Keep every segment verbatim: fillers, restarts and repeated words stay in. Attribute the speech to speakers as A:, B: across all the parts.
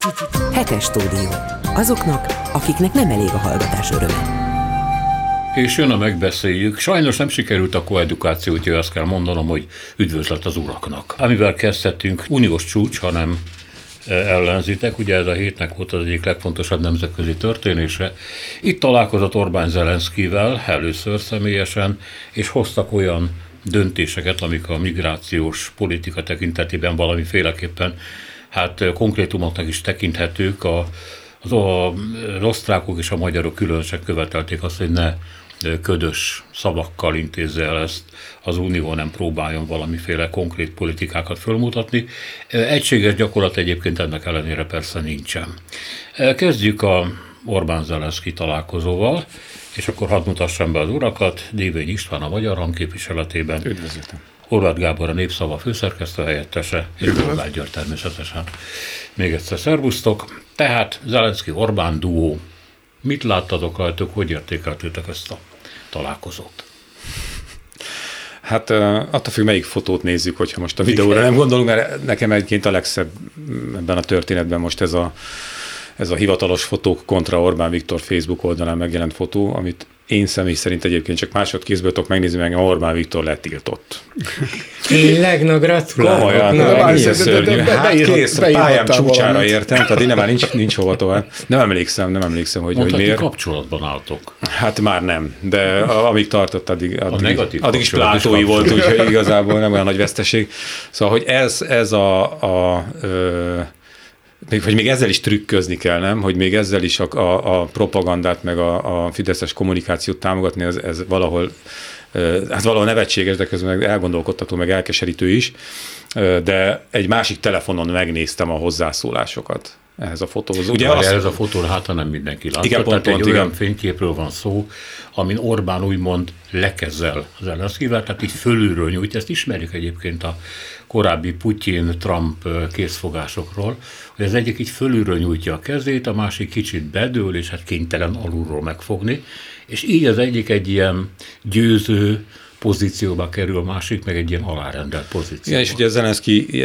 A: Hetes stúdió. Azoknak, akiknek nem elég a hallgatás öröme.
B: És jön a megbeszéljük. Sajnos nem sikerült a koedukáció, úgyhogy azt kell mondanom, hogy üdvözlet az uraknak. Amivel kezdhetünk, uniós csúcs, ha nem ellenzitek, ugye ez a hétnek volt az egyik legfontosabb nemzetközi történése. Itt találkozott Orbán Zelenszkivel először személyesen, és hoztak olyan döntéseket, amik a migrációs politika tekintetében valamiféleképpen hát konkrétumoknak is tekinthetők. A, az, az osztrákok és a magyarok különösen követelték azt, hogy ne ködös szavakkal intézze el ezt az Unió, nem próbáljon valamiféle konkrét politikákat fölmutatni. Egységes gyakorlat egyébként ennek ellenére persze nincsen. Kezdjük a Orbán-Zelenszky találkozóval, és akkor hadd mutassam be az urakat. Dévény István a Magyar Hang képviseletében.
C: Üdvözletem.
B: Horváth Gábor a Népszava főszerkesztő helyettese, és Horváth György természetesen. Még egyszer szervusztok. Tehát Zelenszky-Orbán duó. Mit láttatok rajtuk, hogy értékeltétek ezt a találkozót?
C: Hát attól függ, melyik fotót nézzük, hogyha most a videóra nem gondolunk, mert nekem egyébként a legszebb ebben a történetben most ez a, ez a hivatalos fotók kontra Orbán Viktor Facebook oldalán megjelent fotó, amit én személy szerint egyébként csak másodkézből tudok megnézni, meg Orbán Viktor letiltott.
D: Tényleg, na gratulálok.
C: Komolyan, na, egészen szörnyű. Hát kész, a pályám csúcsára értem, tehát én már nincs, nincs hova tovább. Nem emlékszem, nem emlékszem, hogy, hogy miért.
B: Kapcsolatban álltok.
C: Hát már nem, de amíg tartott, addig, addig, addig is plátói
B: is
C: volt, úgyhogy igazából nem olyan nagy veszteség. Szóval, hogy ez, ez a... a ö, Még, hogy még ezzel is trükközni kell, nem? Hogy még ezzel is a, a, a propagandát, meg a, a fideszes kommunikációt támogatni, ez, ez valahol, hát valahol nevetséges, de közben meg elgondolkodtató, meg elkeserítő is. De egy másik telefonon megnéztem a hozzászólásokat ehhez a fotóhoz.
B: Ugye az... Ez a fotóra hát nem mindenki látta. Igen, pont, tehát pont, egy igen. Olyan fényképről van szó, amin Orbán úgymond lekezel Zelenszkyvel, tehát így fölülről nyújt. Ezt ismerjük egyébként a korábbi Putyin-Trump készfogásokról, hogy az egyik így fölülről nyújtja a kezét, a másik kicsit bedől, és hát kénytelen alulról megfogni, és így az egyik egy ilyen győző pozícióba kerül, a másik meg egy ilyen alárendelt pozícióba.
C: Igen, és ugye Zelenszky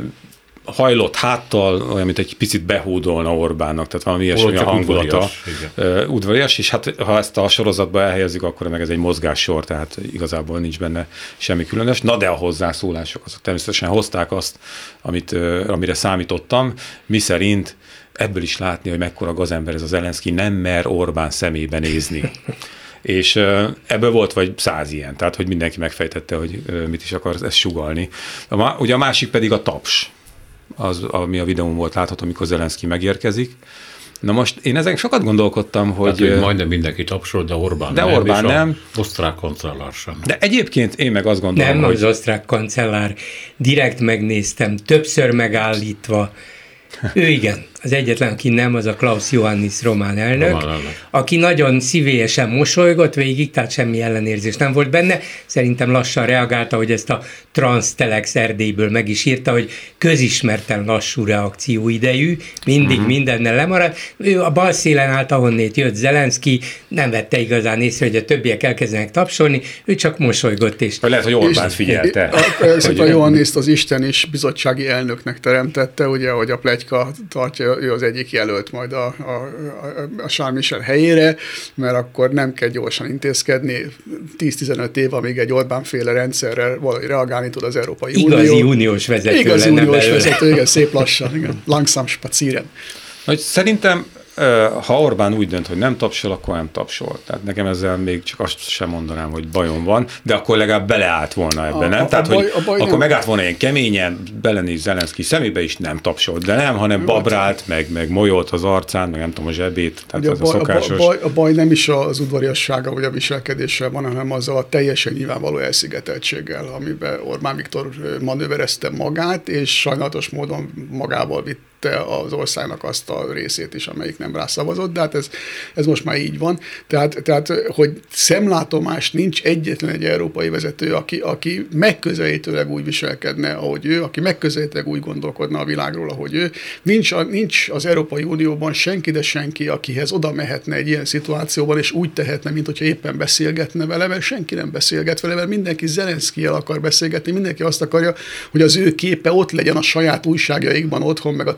C: hajlott háttal, olyan, mint egy picit behódolna Orbánnak, tehát valami ilyesmi a hangulata. Udvarias, udvarias, és hát ha ezt a sorozatba elhelyezzük, akkor meg ez egy mozgássor, tehát igazából nincs benne semmi különös. Na de a hozzászólások, azok természetesen hozták azt, amit, amire számítottam, miszerint ebből is látni, hogy mekkora gazember ez az Zelenszky, nem mer Orbán szemébe nézni. És ebből volt vagy száz ilyen, tehát hogy mindenki megfejtette, hogy mit is akar ezt sugallni. Ugye a másik pedig a taps, az, ami a videón volt látható, amikor Zelenszky megérkezik. Na most én ezen sokat gondolkodtam, hogy...
B: Hát, hogy majdnem mindenki tapsol, de Orbán
C: de
B: nem,
C: Orbán
B: és
C: nem.
B: osztrák kancellár sem.
C: De egyébként én meg azt gondolom,
D: nem
C: hogy...
D: Nem az osztrák kancellár, direkt megnéztem, többször megállítva. Ő igen, az egyetlen, aki nem, az a Klaus Iohannis román elnök, román elnök, aki nagyon szívélyesen mosolygott végig, tehát semmi ellenérzés nem volt benne. Szerintem lassan reagálta, hogy ezt a Transtelex Erdélyből meg is írta, hogy közismerten lassú reakcióidejű, mindig uh-huh. mindennel lemarad. Ő a bal szélen állt, ahonnét jött Zelenszky, nem vette igazán észre, hogy a többiek elkezdenek tapsolni, ő csak mosolygott. És
C: lehet, hogy Orbán figyelte.
E: A, a Iohanniszt az Isten is bizottsági elnöknek teremtette, ugye, hogy a pletyka tartja, ő az egyik jelölt majd a, a, a, a Charles Michel helyére, mert akkor nem kell gyorsan intézkedni. tíz-tizenöt év, amíg egy Orbán-féle rendszerrel valahogy reagálni tud az Európai
D: Igazi
E: Unió.
D: Igazi uniós vezető
E: Igazi
D: lenne
E: uniós
D: belőle.
E: vezető, igen, szép lassan, igen. Langsam spazieren.
C: Hogy szerintem, ha Orbán úgy dönt, hogy nem tapsol, akkor nem tapsol. Tehát nekem ezzel még csak azt sem mondanám, hogy bajom van, de akkor legalább beleállt volna ebben, nem?
E: A,
C: Tehát,
E: a baj,
C: hogy
E: a baj
C: akkor
E: nem.
C: megállt volna ilyen keményen, belenéz Zelenszky szemébe is nem tapsolt, de nem, hanem babrált, meg, meg mojolt az arcán, meg nem tudom, a zsebét, tehát ez a, a szokásos.
E: A baj, a baj nem is az udvariassága, vagy a viselkedéssel van, hanem azzal a teljesen nyilvánvaló elszigeteltséggel, amiben Orbán Viktor manőverezte magát, és sajnálatos módon magával vitt az országnak azt a részét is, amelyik nem rászavazott, de hát ez, ez most már így van. Tehát, tehát, hogy szemlátomás nincs egyetlen egy európai vezető, aki, aki megközelítőleg úgy viselkedne, ahogy ő, aki megközelítőleg úgy gondolkodna a világról, ahogy ő. Nincs, a, nincs az Európai Unióban senki, de senki, akihez oda mehetne egy ilyen szituációban, és úgy tehetne, mint hogyha éppen beszélgetne vele, mert senki nem beszélget vele, mert mindenki Zelenszkijjel akar beszélgetni, mindenki azt akarja, hogy az ő képe ott legyen a saját újságjaikban otthon, meg a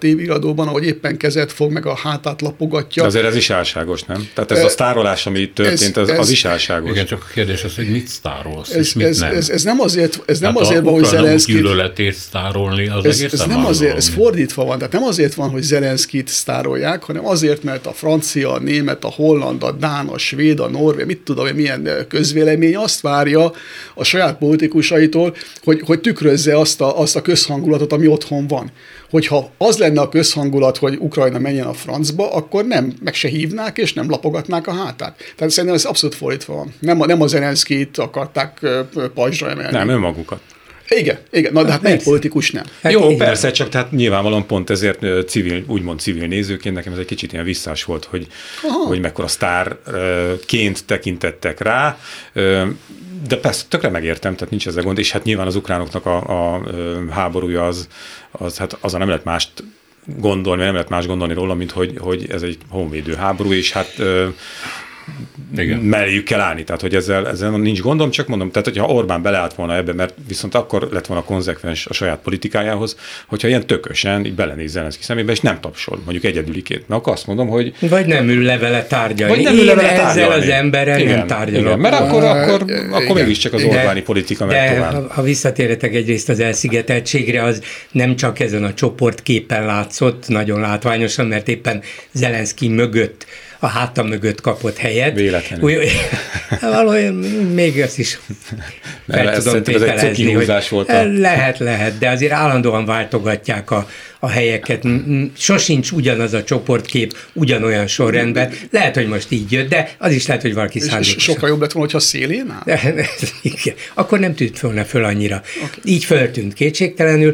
E: tévéiradóban, ahogy éppen kezet fog, meg a hátát lapogatja.
C: De azért ez is álságos, nem? Tehát ez e, a sztárolás, ami történt, ez, ez, az is álságos.
B: Igen, csak a kérdés az, hogy mit sztárolsz,
E: ez,
B: és mit
E: ez,
B: nem.
E: Ez, ez nem azért, ez nem
B: hát
E: azért van, hogy Zelenszkit...
B: gyűlöletét sztárolni, az
E: ez,
B: egészen
E: ez nem azért, ez fordítva van, tehát nem azért van, hogy Zelenszkit sztárolják, hanem azért, mert a francia, a német, a holland, a dán, a svéd, a norvég, mit tudom én, milyen közvélemény azt várja a saját politikusaitól, hogy, hogy tükrözze azt a, azt a közhangulatot, ami otthon van. Hogyha az lenne a közhangulat, hogy Ukrajna menjen a francba, akkor nem, meg se hívnák, és nem lapogatnák a hátát. Tehát szerintem ez abszolút fordítva van. Nem, nem a Zelenszkit akarták pajzsra emelni.
C: Nem, önmagukat.
E: Igen, igen, na de hát melyik politikus nem?
C: Hát jó, igen. Persze, csak tehát nyilvánvalóan pont ezért civil, úgymond civil nézőként nekem ez egy kicsit ilyen visszás volt, hogy, hogy mekkora sztárként tekintettek rá, de persze tökre megértem, tehát nincs ezzel gond, és hát nyilván az ukránoknak a, a háborúja az, az hát azon nem lehet mást gondolni, nem lehet más gondolni róla, mint hogy, hogy ez egy honvédő háború, és hát igen. melléjük kell állni, tehát hogy ezzel, ezzel nincs gondom, csak mondom, tehát hogyha Orbán beleállt volna ebbe, mert viszont akkor lett volna konzekvens a saját politikájához, hogyha ilyen tökösen így belenéz Zelenszky szemébe, és nem tapsol, mondjuk egyedüliként, mert akkor azt mondom, hogy...
D: Vagy nem ül le vele tárgyalni.
C: Vagy nem ül le vele tárgyalni.
D: Ezzel az emberrel igen, nem tárgyalok.
C: Igen, mert akkor, akkor, akkor mégiscsak az Orbáni politika megy tovább.
D: Ha, ha visszatérhetek egyrészt az elszigeteltségre, az nem csak ezen a csoportképen látszott, nagyon látványosan, mert éppen Zelenszky mögött a háta mögött kapott helyet.
C: Véletlenül.
D: Úgy, valójában még ezt is fel
C: ez
D: tudom tételezni, hogy
C: volt a...
D: lehet, lehet, de azért állandóan váltogatják a, a helyeket. Sosincs ugyanaz a csoportkép, ugyanolyan sorrendben. Lehet, hogy most így jött, de az is lehet, hogy valaki szándékosan.
E: Sokkal jobb lett volna, hogyha szélén áll?
D: Igen. Akkor nem tűnt volna föl annyira. Okay. Így föltűnt kétségtelenül.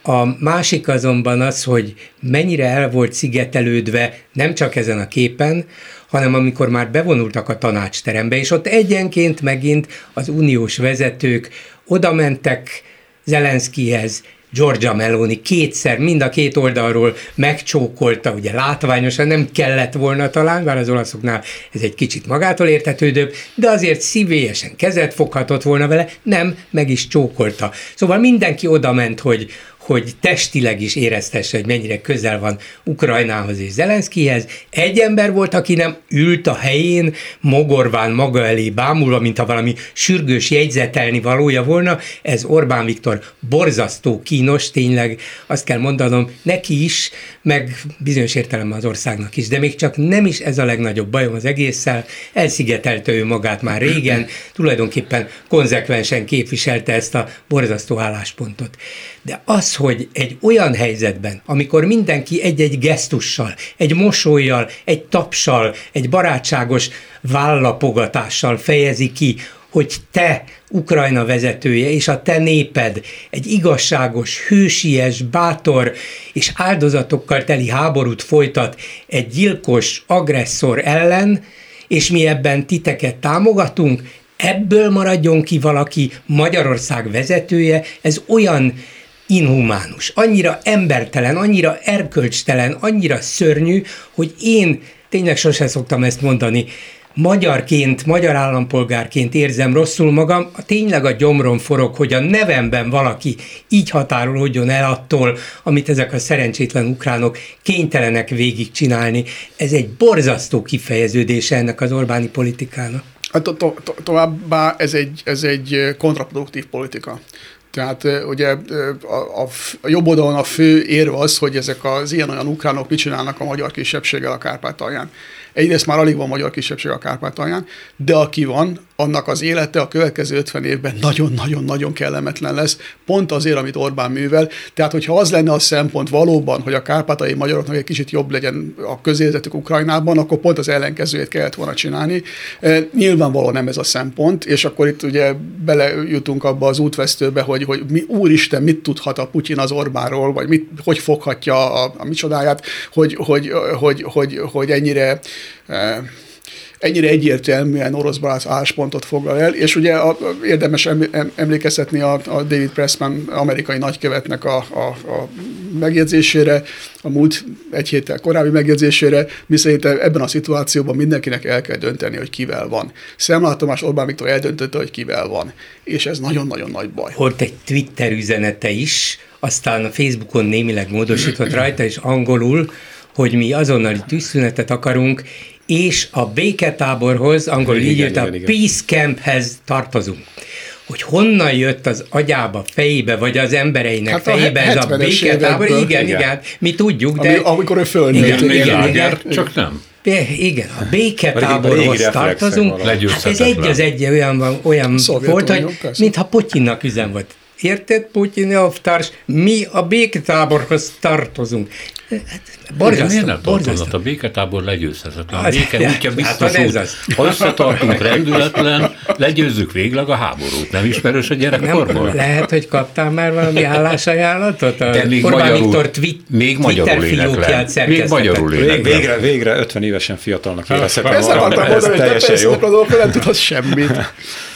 D: A másik azonban az, hogy mennyire el volt szigetelődve nem csak ezen a képen, hanem amikor már bevonultak a tanácsterembe, és ott egyenként megint az uniós vezetők oda mentek Zelenszkyhez, Giorgia Meloni kétszer, mind a két oldalról megcsókolta, ugye látványosan, nem kellett volna talán, bár az olaszoknál ez egy kicsit magától értetődőbb, de azért szívélyesen kezet foghatott volna vele, nem, meg is csókolta. Szóval mindenki oda ment, hogy hogy testileg is éreztesse, hogy mennyire közel van Ukrajnához és Zelenszkyhez. Egy ember volt, aki nem ült a helyén, mogorván maga elé bámulva, mint ha valami sürgős jegyzetelni valója volna. Ez Orbán Viktor borzasztó kínos, tényleg azt kell mondanom, neki is, meg bizonyos értelemben az országnak is, de még csak nem is ez a legnagyobb bajom az egésszel. Elszigetelte ő magát már régen, tulajdonképpen konzekvensen képviselte ezt a borzasztó álláspontot. De az, hogy egy olyan helyzetben, amikor mindenki egy-egy gesztussal, egy mosollyal, egy tapssal, egy barátságos vállapogatással fejezi ki, hogy te, Ukrajna vezetője, és a te néped egy igazságos, hősies, bátor és áldozatokkal teli háborút folytat egy gyilkos agresszor ellen, és mi ebben titeket támogatunk, ebből maradjon ki valaki Magyarország vezetője, ez olyan inhumánus, annyira embertelen, annyira erkölcstelen, annyira szörnyű, hogy én tényleg sosem szoktam ezt mondani, magyarként, magyar állampolgárként érzem rosszul magam, tényleg a gyomrom forog, hogy a nevemben valaki így határolódjon el attól, amit ezek a szerencsétlen ukránok kénytelenek végigcsinálni. Ez egy borzasztó kifejeződése ennek az Orbáni politikának.
E: To- to- to- továbbá ez egy, ez egy kontraproduktív politika. Tehát ugye a, a, a jobb oldalon a fő érv az, hogy ezek az ilyen-olyan ukránok mit csinálnak a magyar kisebbséggel a Kárpátalján. Egyrészt már alig van magyar kisebbség a Kárpátalján, de aki van, annak az élete a következő ötven évben nagyon-nagyon-nagyon kellemetlen lesz, pont azért, amit Orbán művel. Tehát, hogyha az lenne a szempont valóban, hogy a kárpátaljai magyaroknak egy kicsit jobb legyen a közérzetük Ukrajnában, akkor pont az ellenkezőjét kellett volna csinálni. E, nyilvánvalóan nem ez a szempont, és akkor itt ugye belejutunk abba az útvesztőbe, hogy, hogy mi, úristen, mit tudhat a Putyin az Orbánról, vagy mit, hogy foghatja a, a micsodáját, hogy, hogy, hogy, hogy, hogy ennyire... E, ennyire egyértelműen orosz barát álláspontot foglal el, és ugye a, a, érdemes emlékeztetni a, a David Pressman amerikai nagykövetnek a, a, a megjegyzésére, a múlt egy héttel korábbi megjegyzésére, miszerint ebben a szituációban mindenkinek el kell dönteni, hogy kivel van. Szemlát Tamás Orbán Viktor eldöntötte, hogy kivel van, és ez nagyon-nagyon nagy baj.
D: Volt egy Twitter üzenete is, aztán a Facebookon némileg módosított rajta, és angolul, hogy mi azonnali tűzszünetet akarunk, és a béketáborhoz, angolul így írt, a Peace Camphez tartozunk. Hogy honnan jött az agyába, fejébe, vagy az embereinek hát fejébe ez a béketábor, igen, igen, igen, mi tudjuk, de... Ami,
E: amikor ő fölnőtt.
B: Igen, igen, igen, igen, csak nem.
D: Igen, a béketáborhoz tartozunk. Hát ez egy az egy olyan, olyan volt, hogy mintha Putyinnak üzem volt. Érted, Putyin elvtárs, mi a béketáborhoz tartozunk.
B: Borzasztó, miért nem tartoznak? A béketábor legyőzhetetlen. A béke útja biztos út. Ha összetartunk rendületlen, legyőzzük végleg a háborút. Nem ismerős a gyerekkorból?
D: Lehet, hogy kaptál már valami állásajánlatot?
B: De még Orbán magyarul, Viktor twi- még magyarul éneklem. Még magyarul éneklem.
C: Végre, végre ötven évesen fiatalnak érezhetem.
E: Ezt akartam mondani, hogy te persze nem tudod semmit.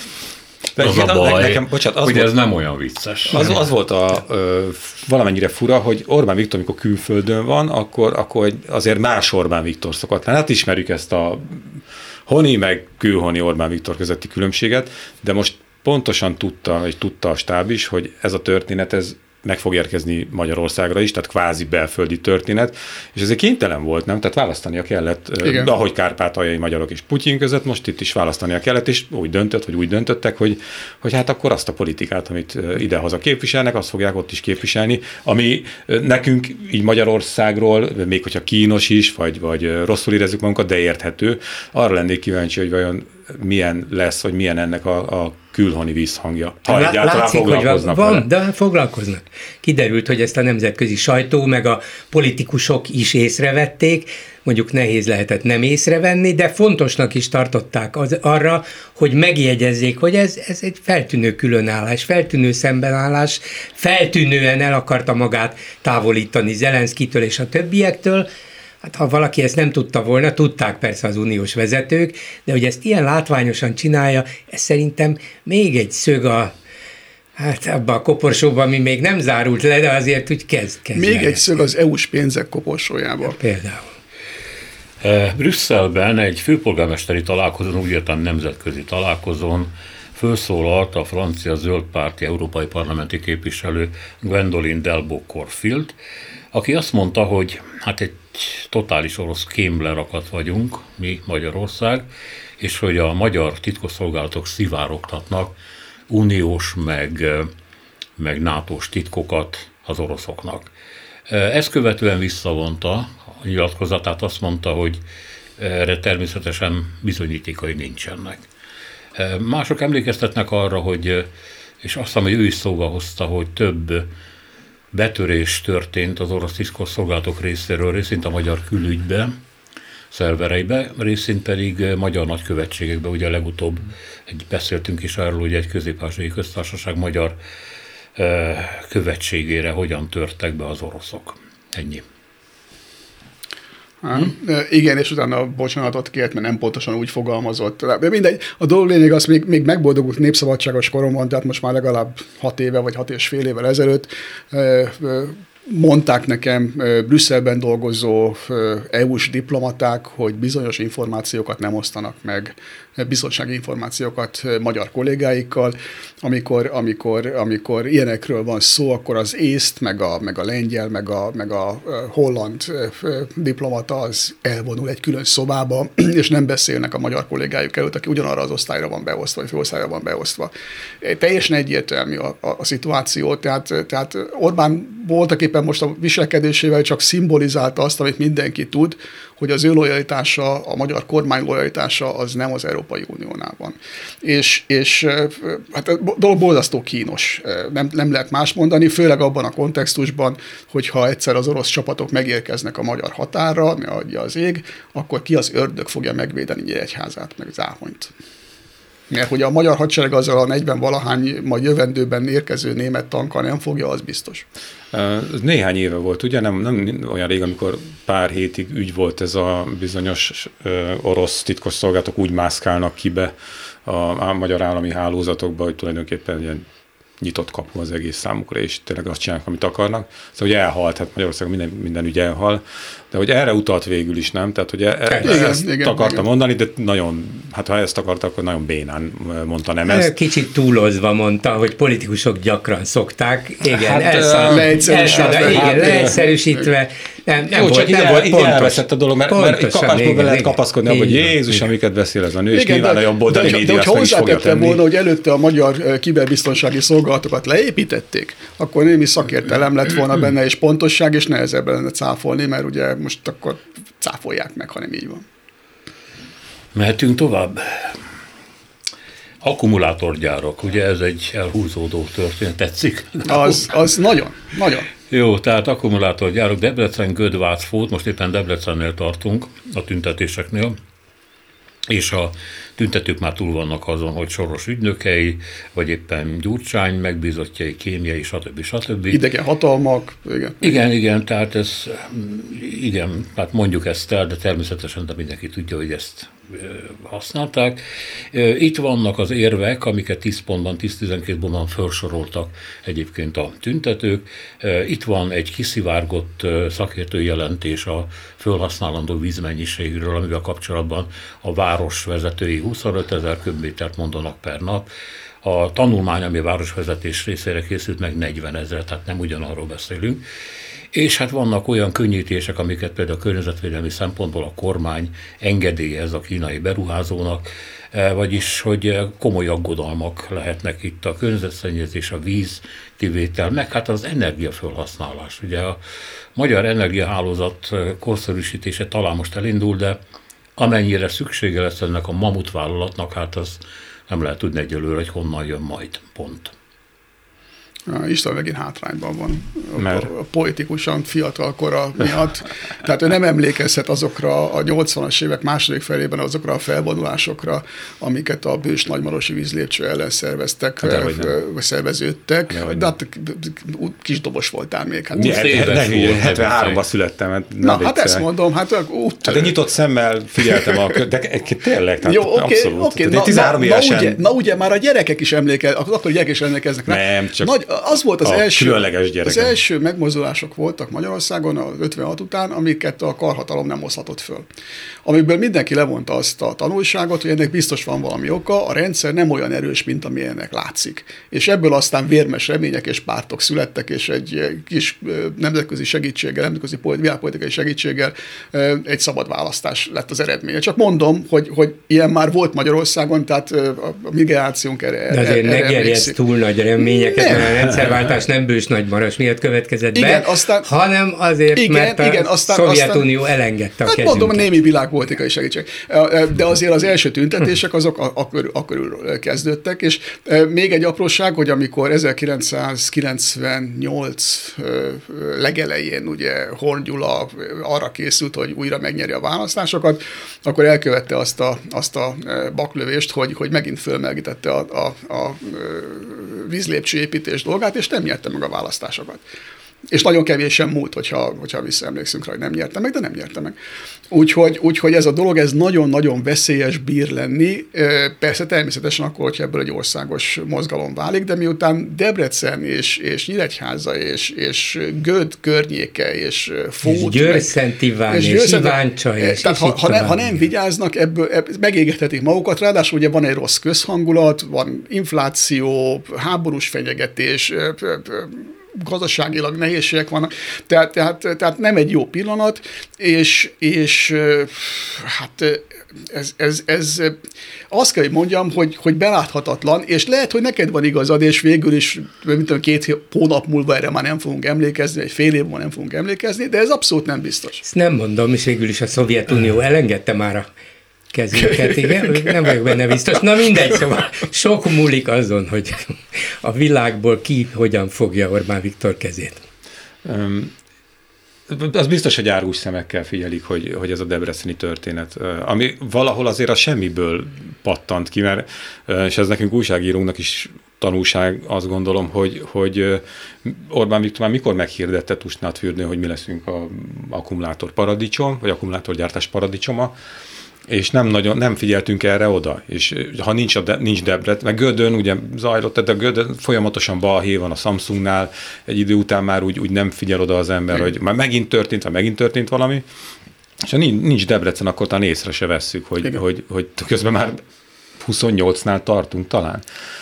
B: Az a baj, nekem, bocsánat, az hogy volt, ez nem olyan vicces.
C: Az, az volt a, ö, valamennyire fura, hogy Orbán Viktor, amikor külföldön van, akkor, akkor azért más Orbán Viktor szokott lenni. Hát ismerjük ezt a honi meg külhoni Orbán Viktor közötti különbséget, de most pontosan tudta, vagy tudta a stáb is, hogy ez a történet, ez meg fog érkezni Magyarországra is, tehát kvázi belföldi történet, és ezért kénytelen volt, nem? Tehát választania kellett, igen. Ahogy kárpátaljai magyarok és Putyin között, most itt is választania kellett, és úgy döntött, vagy úgy döntöttek, hogy, hogy hát akkor azt a politikát, amit idehaza képviselnek, azt fogják ott is képviselni, ami nekünk így Magyarországról, még hogyha kínos is, vagy, vagy rosszul érezzük magunkat, de érthető, arra lennék kíváncsi, hogy vajon milyen lesz, vagy milyen ennek a, a külhoni vízhangja. Ha
D: Lá,
C: egyáltalán
D: látszik,
C: foglalkoznak
D: van,
C: vele.
D: de foglalkoznak. Kiderült, hogy ezt a nemzetközi sajtó, meg a politikusok is észrevették, mondjuk nehéz lehetett nem észrevenni, de fontosnak is tartották az, arra, hogy megjegyezzék, hogy ez, ez egy feltűnő különállás, feltűnő szembenállás, feltűnően el akarta magát távolítani Zelenszkitől és a többiektől. Hát ha valaki ezt nem tudta volna, tudták persze az uniós vezetők, de hogy ezt ilyen látványosan csinálja, ez szerintem még egy szög a, hát abba a koporsóba, ami még nem zárult le, de azért úgy kezd. kezd
E: még egy szög az é u-s pénzek koporsójába.
D: Például.
B: Brüsszelben egy főpolgármesteri találkozón, úgy értem nemzetközi találkozón felszólalt a francia zöldpárti európai parlamenti képviselő Gwendoline Delbos-Corfield, aki azt mondta, hogy hát egy totális orosz kémlerakat vagyunk, mi Magyarország, és hogy a magyar titkosszolgálatok szivárogtatnak uniós meg, meg nátós titkokat az oroszoknak. Ezt követően visszavonta a nyilatkozatát, azt mondta, hogy erre természetesen bizonyítékai nincsenek. Mások emlékeztetnek arra, hogy, és azt hiszem, hogy ő is szóba hozta, hogy több betörés történt az orosz titkosszolgálatok részéről, részint a magyar külügybe, szervereibe, részint pedig magyar nagykövetségekbe. Ugye legutóbb egy, beszéltünk is arról, hogy egy közép-ázsiai köztársaság magyar eh, követségére hogyan törtek be az oroszok. Ennyi.
E: Hm? Igen, és utána bocsánatot kért, mert nem pontosan úgy fogalmazott. De mindegy, a dolog lényeg az, még, még megboldogult népszabadságos koromban, tehát most már legalább hat éve, vagy hat és fél évvel ezelőtt mondták nekem Brüsszelben dolgozó é u-s diplomaták, hogy bizonyos információkat nem osztanak meg, biztonsági információkat magyar kollégáikkal. Amikor, amikor, amikor ilyenekről van szó, akkor az észt, meg a, meg a lengyel, meg a, meg a holland diplomata az elvonul egy külön szobába, és nem beszélnek a magyar kollégájuk előtt, aki ugyanarra az osztályra van beosztva, vagy főosztályra van beosztva. Teljesen egyértelmű a, a, a szituáció, tehát, tehát Orbán voltak éppen most a viselkedésével csak szimbolizálta azt, amit mindenki tud, hogy az ő lojalitása, a magyar kormány lojalitása az nem az Európai Uniónál van. És, és hát a dolog borzasztó kínos, nem, nem lehet más mondani, főleg abban a kontextusban, hogyha egyszer az orosz csapatok megérkeznek a magyar határra, ne adja az ég, akkor ki az ördög fogja megvédeni Nyíregyházát, meg Záhonyt. Mert hogy a magyar hadsereg azzal a negyven-valahány majd jövendőben érkező német tankkal nem fogja, az biztos.
C: Néhány éve volt, ugye? Nem, nem olyan rég, amikor pár hétig ügy volt ez a bizonyos orosz titkosszolgálatok úgy mászkálnak ki be a, a magyar állami hálózatokba, hogy tulajdonképpen ilyen nyitott kapu az egész számukra, és tényleg azt csinálnak, amit akarnak. Szóval, hogy elhalt, hát Magyarországon minden, minden ügy elhal, de hogy erre utalt végül is, nem? Tehát, hogy e, igen, ezt igen, akarta igen. mondani, de nagyon, hát ha ezt akarta, akkor nagyon bénán mondta nem ezt.
D: Kicsit túlozva mondta, hogy politikusok gyakran szokták, igen,
C: hát,
D: elszal,
E: leegyszerűsítve.
D: Elszal, igen, leegyszerűsítve. Nem, nem
C: Jó,
D: volt,
C: csak
D: nem
C: így,
D: volt
C: így
D: pontos.
C: elveszett a dolog, mert, mert egy kapásból be lehet kapaszkodni abba, hogy Jézus, amiket beszél ez a nő, és
E: igen,
C: nyilván a jobb oldali média
E: de
C: azt meg is fogja
E: hozzátettem
C: tenni.
E: volna, hogy előtte a magyar kiberbiztonsági szolgálatokat leépítették, akkor némi szakértelem lett volna benne, és pontosság, és nehezebb lenne cáfolni, mert ugye most akkor cáfolják meg, ha nem így van.
B: Mehetünk tovább. Akkumulátorgyárok, ugye ez egy elhúzódó történet, tetszik?
E: Az, az nagyon, nagyon.
B: Jó, tehát akkumulátorgyárok, Debrecen, Göd, Vácfót, most éppen Debrecennél tartunk a tüntetéseknél, és a tüntetők már túl vannak azon, hogy Soros ügynökei, vagy éppen Gyurcsány megbízottjai, kémiai, stb. stb.
E: Idegen hatalmak. Igen.
B: igen, igen, tehát ez, igen, hát mondjuk ezt el, de természetesen de mindenki tudja, hogy ezt használták. Itt vannak az érvek, amiket tíz pontban, tíz-tizenkét pontban felsoroltak egyébként a tüntetők. Itt van egy kiszivárgott szakértői jelentés a felhasználandó vízmennyiségről, amivel kapcsolatban a város vezetői huszonöt ezer köbmétert mondanak per nap. A tanulmány, ami a városvezetés részére készült, meg negyven ezer, tehát nem ugyanarról beszélünk. És hát vannak olyan könnyítések, amiket például a környezetvédelmi szempontból a kormány engedélyez a kínai beruházónak, vagyis, hogy komoly aggodalmak lehetnek itt a környezetszennyezés, a víz kivétel, meg hát az energiafelhasználás. Ugye a magyar energiahálózat korszerűsítése talán most elindul, de amennyire szüksége lesz ennek a mamutvállalatnak, hát az nem lehet tudni egyelőre, hogy honnan jön majd, pont.
E: István megint hátrányban van Mert? a, a politikusan fiatal kora miatt. Tehát ő nem emlékezhet azokra a nyolcvanas évek második felében azokra a felvonulásokra, amiket a bős nagymarosi vízlépcső ellen szerveztek,
C: hát,
E: vagy szerveződtek. De, de hát kis dobos voltál még. Hát
C: hetvenháromban születtem. Hát
E: Na, hát ezt mondom. Hát,
C: hát de nyitott szemmel figyeltem, a, de tényleg, tehát
E: jó, okay,
C: abszolút.
E: Okay, na, na, na, ugye, na ugye már a gyerekek is emlékeznek, akkor gyerekek is emlékeznek rá.
C: Nem, csak
E: Nagy, az volt az első,
C: az
E: első megmozdulások voltak Magyarországon az ötvenhat után, amiket a karhatalom nem hozhatott föl. Amiből mindenki levonta azt a tanulságot, hogy ennek biztos van valami oka, a rendszer nem olyan erős, mint ami ennek látszik. És ebből aztán vérmes remények és pártok születtek, és egy kis nemzetközi segítséggel, nemzetközi világpolitikai segítséggel egy szabad választás lett az eredménye. Csak mondom, hogy, hogy ilyen már volt Magyarországon, tehát a mi generációnk erre.
D: De azért ne gerjedsz túl nagy reményeket, mert a rendszerváltás nem Bős Nagymaros miatt következett
E: igen,
D: be,
E: aztán,
D: hanem azért,
E: igen,
D: mert a
E: igen, aztán,
D: Szovjetunió
E: aztán,
D: elengedte a
E: hát
D: kezünket.
E: Mondom, némi világpolitikai segítség. De azért az első tüntetések azok akkor, akkor kezdődtek, és még egy apróság, hogy amikor ezerkilencszázkilencvennyolc legelején ugye Horn Gyula arra készült, hogy újra megnyeri a választásokat, akkor elkövette azt a, azt a baklövést, hogy, hogy megint fölmelgítette a, a, a vízlépcsőépítés dolgát, és nem nyerte meg a választásokat. És nagyon kevésen múlt, hogyha, hogyha visszaemlékszünk rá, hogy nem nyerte meg, de nem nyerte meg. Úgyhogy, úgyhogy ez a dolog, ez nagyon-nagyon veszélyes bír lenni. Persze természetesen akkor, hogyha ebből egy országos mozgalom válik, de miután Debrecen és, és Nyíregyháza és, és Göd környéke és Fót,
D: és Győr-Szent Iván és, és Iváncsa és,
E: tehát
D: és
E: ha, ha, ne, ha nem vigyáznak, ebből, ebből megégethetik magukat, ráadásul ugye van egy rossz közhangulat, van infláció, háborús fenyegetés, gazdaságilag nehézségek vannak, tehát, tehát, tehát nem egy jó pillanat, és, és hát ez, ez, ez azt kell, hogy mondjam, hogy, hogy beláthatatlan, és lehet, hogy neked van igazad, és végül is mint tudom, két hónap múlva erre már nem fogunk emlékezni, egy fél év múlva nem fogunk emlékezni, de ez abszolút nem biztos.
D: Ezt nem mondom, és végül is a Szovjetunió elengedte már a kezünket, igen? Nem vagyok benne biztos. Na mindegy, szóval sok múlik azon, hogy a világból ki hogyan fogja Orbán Viktor kezét. Um,
C: az biztos, hogy árgus szemekkel figyelik, hogy, hogy ez a debreceni történet, ami valahol azért a semmiből pattant ki, mert, és ez nekünk újságírónknak is tanulság, azt gondolom, hogy, hogy Orbán Viktor már mikor meghirdette Tusnád fürdő, hogy mi leszünk a akkumulátor paradicsom, vagy akkumulátorgyártás paradicsoma, és nem nagyon, nem figyeltünk erre oda, és ha nincs, a de, nincs Debrecen, meg Gödön ugye zajlott, de Gödön folyamatosan balhé van a Samsungnál, egy idő után már úgy, úgy nem figyel oda az ember, hogy már megint történt, vagy megint történt valami, és ha nincs Debrecen, akkor talán észre se vesszük, hogy, hogy, hogy közben már huszonnyolcnál tartunk talán.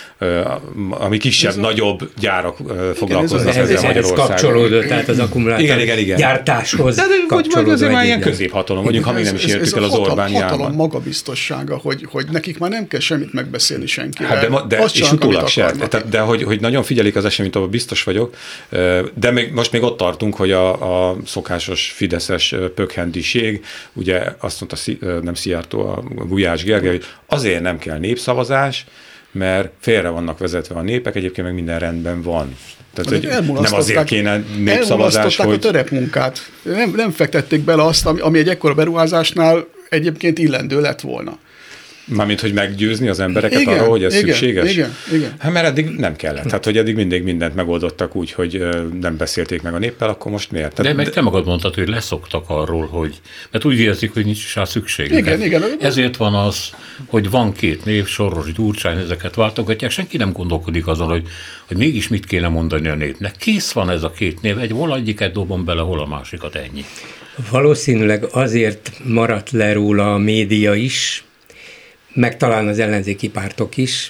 C: Ami kisebb, ez nagyobb gyárak foglalkoznak ezzel Magyarországon.
D: Ez kapcsolódott, tehát az akkumulátor igen, igen, igen. gyártáshoz kapcsolódó.
C: Azért már ilyen középhatalom vagyunk, ha még nem is értük el az Orbán irányba. Ez a hatalom
E: magabiztossága, hogy, hogy nekik már nem kell semmit megbeszélni senkivel.
C: Hát de, de és utólag se. De, de hogy, hogy nagyon figyelik az eseményt, abban biztos vagyok, de még, most még ott tartunk, hogy a, a szokásos fideszes pökhendiség, ugye azt mondta, nem Szijjártó, a Gulyás Gergely, hogy azért nem kell népszavazás, mert félre vannak vezetve a népek, egyébként meg minden rendben van. Tehát, hogy nem azért kéne népszavazás, hogy...
E: a terepmunkát. Nem, nem fektették bele azt, ami, ami egy ekkora beruházásnál egyébként illendő lett volna.
C: Mármint, hogy meggyőzni az embereket
E: igen,
C: arról, hogy ez
E: igen,
C: szükséges?
E: Igen, igen.
C: Hát mert eddig nem kellett. Hát, hogy eddig mindig mindent megoldottak úgy, hogy nem beszélték meg a néppel, akkor most miért?
B: Tehát, de meg te magad mondtad, hogy leszoktak arról, hogy, mert úgy érzik, hogy nincs is rá szükség.
E: Igen, igen.
B: Ezért van az, hogy van két név, Soros, Gyurcsány, ezeket váltogatják, senki nem gondolkodik azon, hogy, hogy mégis mit kéne mondani a népnek. Kész van ez a két név, egy hol egyiket dobom bele, hol a másikat, ennyi.
D: Valószínűleg azért maradt le róla a média is, meg talán az ellenzéki pártok is,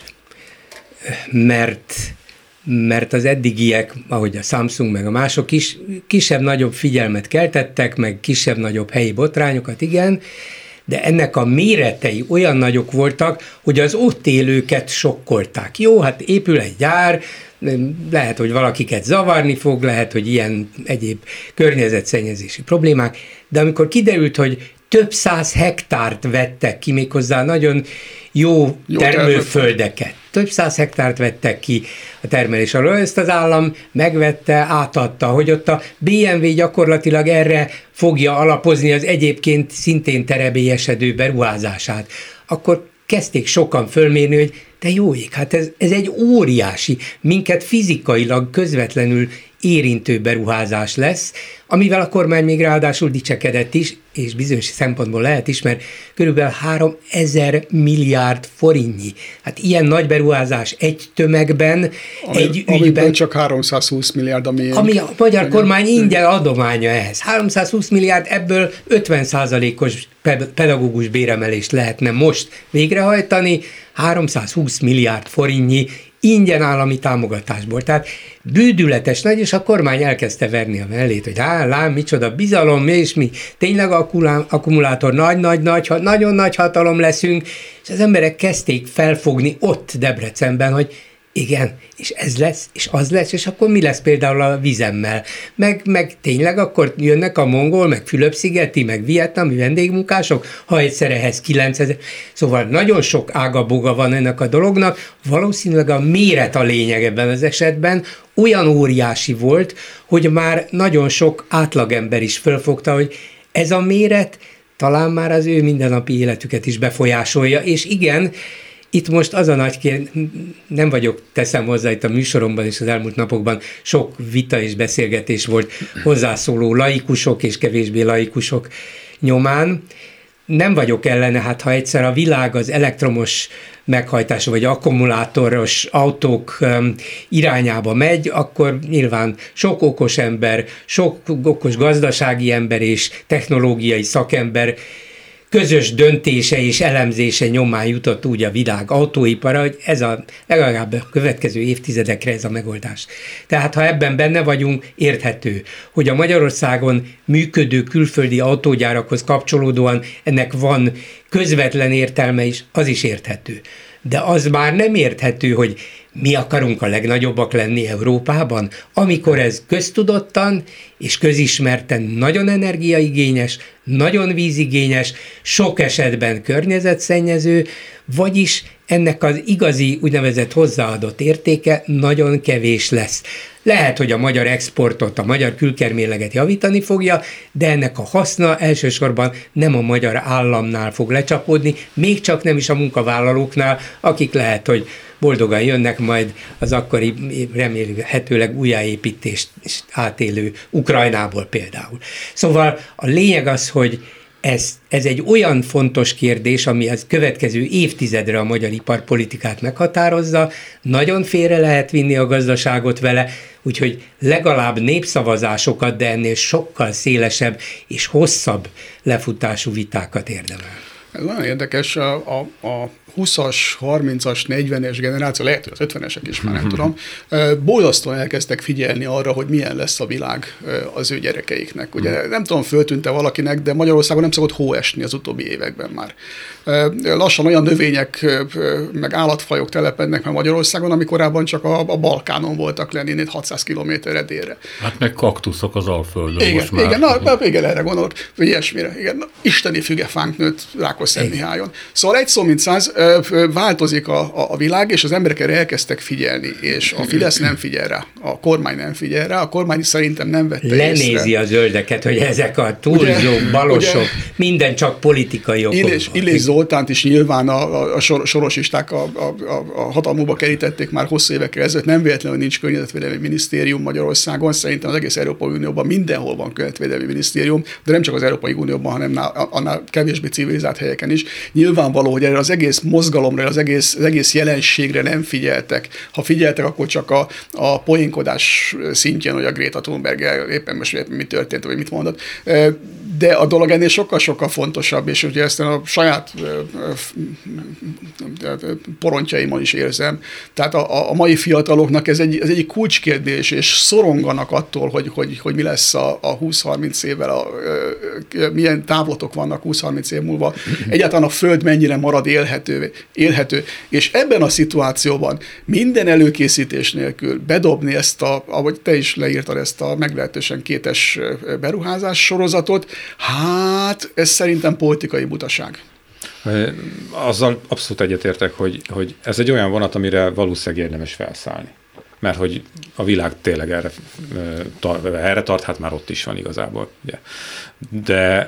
D: mert, mert az eddigiek, ahogy a Samsung meg a mások is, kisebb-nagyobb figyelmet keltettek, meg kisebb-nagyobb helyi botrányokat, igen, de ennek a méretei olyan nagyok voltak, hogy az ott élőket sokkolták. Jó, hát épül egy gyár, lehet, hogy valakiket zavarni fog, lehet, hogy ilyen egyéb környezetszennyezési problémák, de amikor kiderült, hogy több száz hektárt vettek ki, méghozzá nagyon jó, jó termőföldeket. Több száz hektárt vettek ki a termelés alól. Ezt az állam megvette, átadta, hogy ott a bé em vé gyakorlatilag erre fogja alapozni az egyébként szintén terebélyesedő beruházását. Akkor kezdték sokan fölmérni, hogy de jó ég, hát ez, ez egy óriási, minket fizikailag közvetlenül érintő beruházás lesz, amivel a kormány még ráadásul dicsekedett is, és bizonyos szempontból lehet is, mert körülbelül háromezer milliárd forintnyi. Hát ilyen nagy beruházás egy tömegben,
E: ami,
D: egy ügyben.
E: csak háromszázhúsz milliárd, ami...
D: Ami a magyar kormány ingyen adománya ehhez. háromszázhúsz milliárd, ebből ötven százalékos pedagógus béremelést lehetne most végrehajtani, háromszázhúsz milliárd forintnyi ingyen állami támogatásból. Tehát bődületes nagy, és a kormány elkezdte verni a mellét, hogy á, lám, micsoda bizalom, és mi tényleg akkumulátor nagy-nagy-nagy, nagyon nagy hatalom leszünk, és az emberek kezdték felfogni ott Debrecenben, hogy igen, és ez lesz, és az lesz, és akkor mi lesz például a vizemmel? Meg, meg tényleg akkor jönnek a mongol, meg Fülöp-szigeti, meg vietnami vendégmunkások, ha egyszer ehhez kilencezer. Szóval nagyon sok ágaboga van ennek a dolognak, valószínűleg a méret a lényeg ebben az esetben, olyan óriási volt, hogy már nagyon sok átlagember is fölfogta, hogy ez a méret talán már az ő mindennapi életüket is befolyásolja, és igen, itt most az a nagy kérdés, nem vagyok, teszem hozzá itt a műsoromban és az elmúlt napokban sok vita és beszélgetés volt hozzászóló laikusok és kevésbé laikusok nyomán. Nem vagyok ellene, hát ha egyszer a világ az elektromos meghajtású vagy akkumulátoros autók irányába megy, akkor nyilván sok okos ember, sok okos gazdasági ember és technológiai szakember közös döntése és elemzése nyomán jutott úgy a világ autóipara, hogy ez a legalább a következő évtizedekre ez a megoldás. Tehát ha ebben benne vagyunk, érthető, hogy a Magyarországon működő külföldi autógyárakhoz kapcsolódóan ennek van közvetlen értelme is, az is érthető. De az már nem érthető, hogy mi akarunk a legnagyobbak lenni Európában, amikor ez köztudottan és közismerten nagyon energiaigényes, nagyon vízigényes, sok esetben környezetszennyező, vagyis ennek az igazi úgynevezett hozzáadott értéke nagyon kevés lesz. Lehet, hogy a magyar exportot, a magyar külkermérleget javítani fogja, de ennek a haszna elsősorban nem a magyar államnál fog lecsapódni, még csak nem is a munkavállalóknál, akik lehet, hogy boldogan jönnek majd az akkori remélhetőleg újjáépítést átélő Ukrajnából például. Szóval a lényeg az, hogy Ez, ez egy olyan fontos kérdés, ami az következő évtizedre a magyar iparpolitikát meghatározza, nagyon félre lehet vinni a gazdaságot vele, úgyhogy legalább népszavazásokat, de ennél sokkal szélesebb és hosszabb lefutású vitákat érdemel.
E: Ez nagyon érdekes, a, a, a húszas, harmincas, negyvenes generáció, lehet, hogy az ötvenesek is már nem tudom, borzasztóan elkezdtek figyelni arra, hogy milyen lesz a világ az ő gyerekeiknek. Ugye nem tudom, föltűnt-e valakinek, de Magyarországon nem szokott hó esni az utóbbi években már. Lassan olyan növények, meg állatfajok telepednek meg Magyarországon, ami korábban csak a, a Balkánon voltak lenni, hatszáz kilométerre délre.
B: Hát meg kaktuszok az Alföldön
E: igen,
B: most már.
E: Igen, na, igen, erre gondolt, vagy ilyesmire. Igen, na, isteni fügefánk nőtt Rákos-Szentmihályon. Szóval egy szó mint száz, változik a, a világ, és az emberek erre elkezdtek figyelni, és a Fidesz nem figyel rá, a kormány nem figyel rá, a kormány szerintem nem vette
D: Lenézi
E: észre.
D: a zöldeket, hogy ezek a túlzók, balosok, ugye, minden csak politikai okok.
E: Illés, Illés Zoltánt is nyilván a, a, a sorosisták a, a, a, a hatalmukba kerítették már hosszú évekkel ezelőtt, nem véletlenül, hogy nincs környezetvédelmi minisztérium Magyarországon, szerintem az egész Európai Unióban mindenhol van környezetvédelmi minisztérium, de nem csak az Európai Unióban, hanem annál kevésbé civilizált helyeken is. Nyilvánvaló, hogy erre az egész mozgalomra, az egész, az egész jelenségre nem figyeltek. Ha figyeltek, akkor csak a, a poénkodás szintjén, hogy a Greta Thunberg éppen most éppen mi történt, vagy mit mondott. De a dolog ennél sokkal-sokkal fontosabb, és ugye ezt a saját porontjaimon is érzem. Tehát a, a mai fiataloknak ez egy, ez egy kulcskérdés, és szoronganak attól, hogy, hogy, hogy mi lesz a, a húsz-harminc évvel, a, milyen távlatok vannak húsz-harminc év múlva. Egyáltalán a Föld mennyire marad élhető, élhető. És ebben a szituációban minden előkészítés nélkül bedobni ezt a, ahogy te is leírtad, ezt a meglehetősen kétes beruházás sorozatot, hát ez szerintem politikai butaság.
C: Azzal abszolút egyetértek, hogy, hogy ez egy olyan vonat, amire valószínűleg érdemes felszállni. Mert hogy a világ tényleg erre, erre tart, hát már ott is van igazából. Ugye. De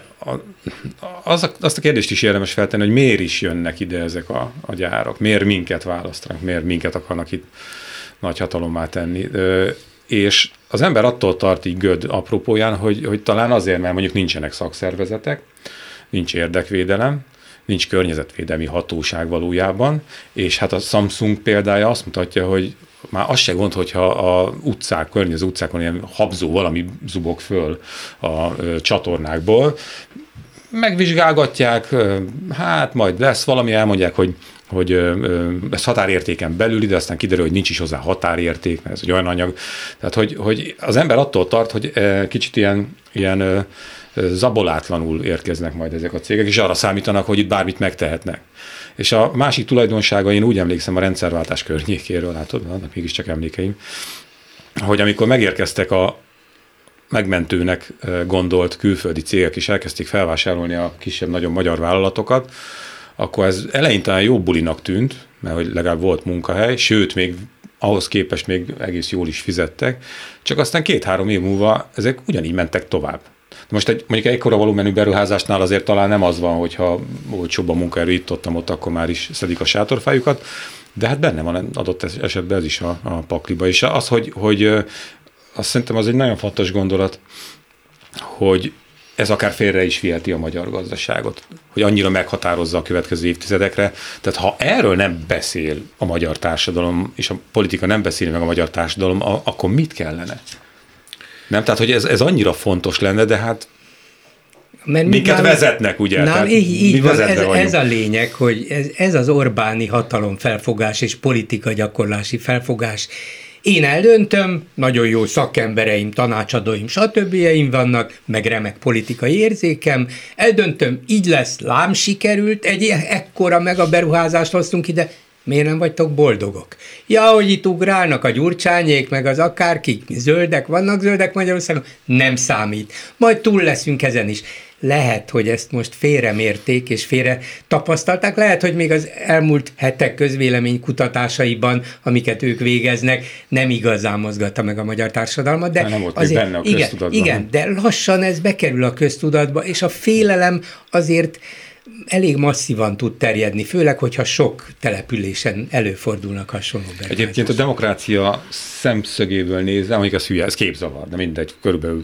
C: az a, azt a kérdést is érdemes feltenni, hogy miért is jönnek ide ezek a, a gyárak, miért minket választanak, miért minket akarnak itt nagy hatalommá tenni. És az ember attól tart így göd apropóján, hogy, hogy talán azért, mert mondjuk nincsenek szakszervezetek, nincs érdekvédelem, nincs környezetvédelmi hatóság valójában, és hát a Samsung példája azt mutatja, hogy már az se gond, hogyha a utcák, környező utcákon ilyen habzó valami zubog föl a ö, csatornákból, megvizsgálgatják, ö, hát majd lesz valami, elmondják, hogy hogy ö, ez határértéken belül, de aztán kiderül, hogy nincs is hozzá határérték, mert ez egy olyan anyag. Tehát, hogy, hogy az ember attól tart, hogy ö, kicsit ilyen, ilyen ö, zabolátlanul érkeznek majd ezek a cégek, és arra számítanak, hogy itt bármit megtehetnek. És a másik tulajdonsága, én úgy emlékszem a rendszerváltás környékéről, látod, vannak mégiscsak emlékeim, hogy amikor megérkeztek a megmentőnek gondolt külföldi cégek, és elkezdték felvásárolni a kisebb-nagyobb magyar vállalatokat, akkor ez eleinte jó bulinak tűnt, mert hogy legalább volt munkahely, sőt, még ahhoz képest még egész jól is fizettek, csak aztán két-három év múlva ezek ugyanígy mentek tovább. Most egy, mondjuk ekkora volumenű beruházásnál azért talán nem az van, hogyha olcsóbb a munkaerő itt-ott, ott, akkor már is szedik a sátorfájukat, de hát benne van adott esetben ez is a, a pakliba. És az, hogy, hogy azt szerintem az egy nagyon fontos gondolat, hogy ez akár félre is viheti a magyar gazdaságot, hogy annyira meghatározza a következő évtizedekre. Tehát ha erről nem beszél a magyar társadalom, és a politika nem beszél meg a magyar társadalom, akkor mit kellene? Nem, tehát, hogy ez, ez annyira fontos lenne, de hát Mert minket nál, vezetnek, ugye?
D: Nál, tehát így, így van, ez, ez a lényeg, hogy ez, ez az Orbáni hatalomfelfogás és politika gyakorlási felfogás. Én eldöntöm, nagyon jó szakembereim, tanácsadóim, stb. Vannak, meg remek politikai érzékem, eldöntöm, így lesz, lám sikerült, egy ekkora meg a beruházást hoztunk ide, miért nem vagytok boldogok? Ja, hogy itt ugrálnak a Gyurcsányék, meg az akárkik, zöldek, vannak zöldek Magyarországon, nem számít. Majd túl leszünk ezen is. Lehet, hogy ezt most félremérték és félre tapasztalták, lehet, hogy még az elmúlt hetek közvéleménykutatásaiban, amiket ők végeznek, nem igazán mozgatta meg a magyar társadalmat, de
C: nem volt
D: azért,
C: benne a
D: igen,
C: köztudatban.
D: igen, de lassan ez bekerül a köztudatba, és a félelem azért elég masszívan tud terjedni, főleg, hogyha sok településen előfordulnak hasonló beruházások.
C: Egyébként a demokrácia szemszögéből nézve, mondjuk ez hülye, ez képzavar, de mindegy, körülbelül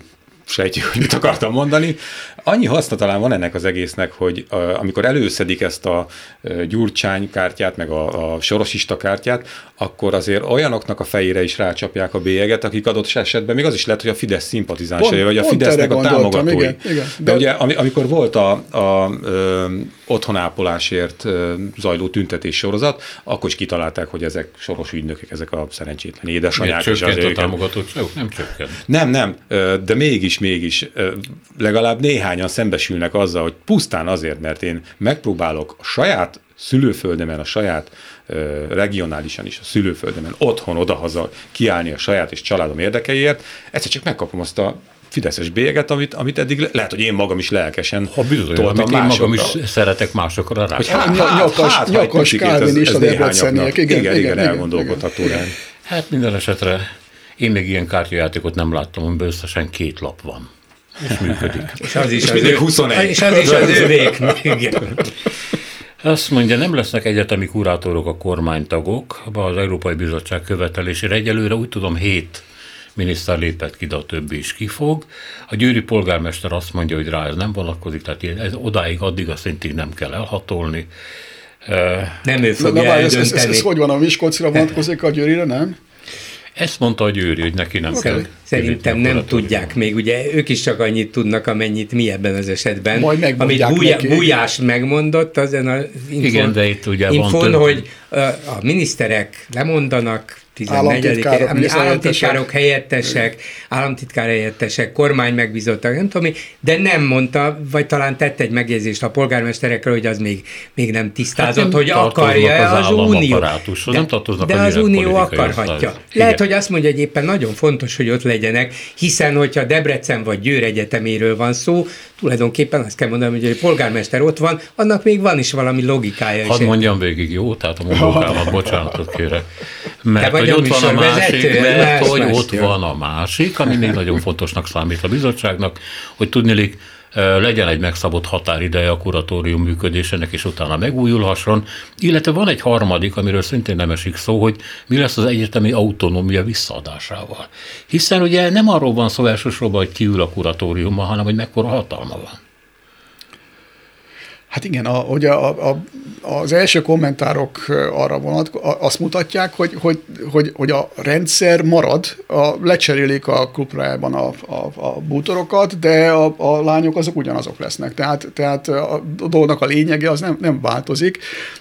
C: sejtjük, hogy mit akartam mondani. Annyi haszna talán van ennek az egésznek, hogy uh, amikor előszedik ezt a uh, Gyurcsány kártyát, meg a, a sorosista kártyát, akkor azért olyanoknak a fejére is rácsapják a bélyeget, akik adott esetben, még az is lehet, hogy a Fidesz szimpatizánsai, vagy a Fidesznek a támogatói. Igen, igen. De, De ugye amikor volt a, a, a ö, otthonápolásért ö, zajló tüntetés sorozat, akkor is kitalálták, hogy ezek soros ügynökök, ezek a szerencsétlen édesanyák.
B: Miért csökkent a támogatottságuk? Nem csökkent.
C: Nem, nem, de mégis, mégis legalább néhányan szembesülnek azzal, hogy pusztán azért, mert én megpróbálok a saját szülőföldemen, a saját uh, regionálisan is, a szülőföldemen otthon odahaza kiállni a saját és családom érdekeiért, egyszer csak megkapom azt a fideszes bélyeget, amit, amit eddig lehet, hogy én magam is lelkesen
B: ha bizony, amit én magam is szeretek másokra rá.
E: Hogy hát, hát, nyakas, hát, nyakas Kálvinista debreceniek.
C: Igen, igen, igen, elgondolkodható rá.
B: Hát minden esetre én még ilyen kártyajátékot nem láttam, amiben összesen két lap van. És működik.
D: És az is és az, ő, huszonegy. És az, is az övék. Igen.
B: Azt mondja, nem lesznek egyetemi kurátorok a kormánytagok, az Európai Bizottság követelésére. Egyelőre úgy tudom, hét miniszter lépett ki, de a többi is kifog. A győri polgármester azt mondja, hogy rá ez nem vonatkozik, tehát ez odáig, addig a szintig nem kell elhatolni.
D: Nem ő fogja
E: Na, eldönteni. Ez, ez, ez hogy van, a Miskolcra vonatkozik, a Győrire nem?
B: Ezt mondta a Győri, hogy neki nem okay. kell.
D: Szerintem nem tudják még, ugye ők is csak annyit tudnak, amennyit mi ebben az esetben.
E: Majd
D: amit Gulyá, Gulyás megmondott azon az infon,
B: Igen, de itt ugye
D: infon van hogy a miniszterek lemondanak,
E: államtitkárok,
D: államtitkárok helyettesek, államtitkár helyettesek, kormány megbízottak, nem tudom, de nem mondta, vagy talán tett egy megjegyzést a polgármesterekről, hogy az még, még nem tisztázott, hát nem hogy akarja az, az Unió.
B: De, nem
D: de az Unió akarhatja. Az. Lehet, hogy azt mondja, hogy éppen nagyon fontos, hogy ott legyenek, hiszen hogyha Debrecen vagy Győr egyeteméről van szó, tulajdonképpen azt kell mondanom, hogy a polgármester ott van, annak még van is valami logikája.
B: Hadd mondjam végig, jó? Tehát a mondókámat, bocsánatot kérek. Mert hogy ott van a másik, mert más, hogy más, ott jó. van a másik, ami még nagyon fontosnak számít a bizottságnak, hogy tudniillik, legyen egy megszabott határideje a kuratórium működésének, és utána megújulhasson, illetve van egy harmadik, amiről szintén nem esik szó, hogy mi lesz az egyetemi autonómia visszaadásával. Hiszen ugye nem arról van szó elsősorban, hogy kiül a kuratóriumban, hanem hogy mekkora hatalma van.
E: Hát igen, a, ugye a, a, az első kommentárok arra vonat, azt mutatják, hogy, hogy, hogy, hogy a rendszer marad, a, lecserélik a klubrájában a, a, a bútorokat, de a, a lányok azok ugyanazok lesznek. Tehát, tehát a dolognak a lényege az nem, nem változik.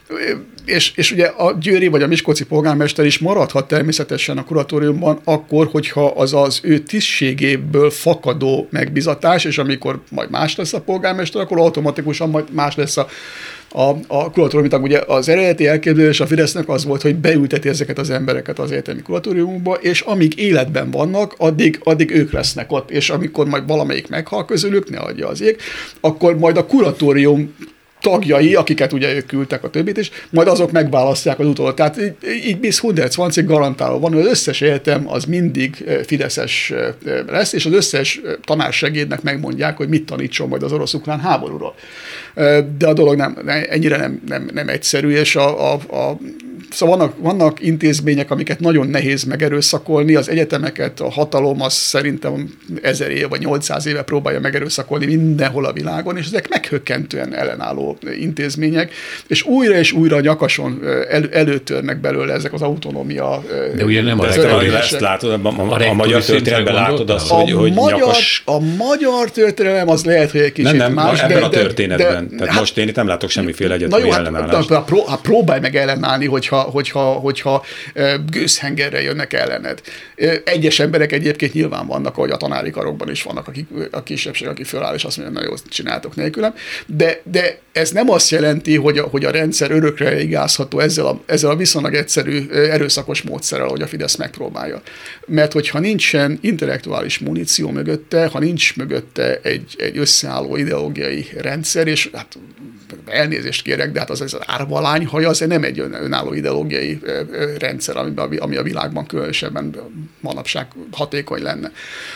E: És, és ugye a győri vagy a miskolci polgármester is maradhat természetesen a kuratóriumban akkor, hogyha az az ő tisztségéből fakadó megbizatás, és amikor majd más lesz a polgármester, akkor automatikusan majd más lesz a, a, a kuratóriumi tag. Ugye az eredeti elképzelés a Fidesznek az volt, hogy beülteti ezeket az embereket az egyetemi kuratóriumba, és amíg életben vannak, addig, addig ők lesznek ott, és amikor majd valamelyik meghal közülük, ne adja az ég, akkor majd a kuratórium tagjai, akiket ugye ők küldtek a többit is, majd azok megválasztják az utódot. Tehát így, így bis hundertzwanzig garantálva van, hogy az összes egyetem az mindig fideszes lesz, és az összes tanársegédnek megmondják, hogy mit tanítson majd az orosz-ukrán háborúról. De a dolog nem, ennyire nem, nem, nem egyszerű, és a, a, a Szóval vannak, vannak intézmények, amiket nagyon nehéz megerőszakolni, az egyetemeket, a hatalom az szerintem ezer éve vagy nyolcszáz éve próbálja megerőszakolni mindenhol a világon, és ezek meghökkentően ellenálló intézmények, és újra és újra nyakason el, előtörnek belőle ezek az autonómia.
B: De ugye nem
C: az ezt látod, a, a, a, a magyar történelemben látod azt, hogy, hogy
E: magyar,
C: nyakas...
E: A magyar történelem az lehet, hogy egy kicsit
C: nem, nem,
E: más.
C: Nem, ebben
E: de,
C: a történetben. De, Tehát hát, most én itt nem látok semmiféle egyetemi
E: hát,
C: ellenállást.
E: Hát, pró, hát próbálj meg ellenállni, hogyha hogyha, hogyha gőzhengerre jönnek ellened. Egyes emberek egyébként nyilván vannak, ahogy a tanári karokban is vannak, akik, a kisebbség, aki föláll, és azt mondja, na jó, csináltok nélkülem. De, de ez nem azt jelenti, hogy a, hogy a rendszer örökre igázható ezzel a, ezzel a viszonylag egyszerű, erőszakos módszerrel, hogy a Fidesz megpróbálja. Mert hogyha nincsen intellektuális muníció mögötte, ha nincs mögötte egy, egy összeálló ideológiai rendszer, és hát elnézést kérek, de hát az, az árvalányhaj az nem egy önálló ideológiai rendszer, ami, ami a világban különösebben manapság hatékony lenne.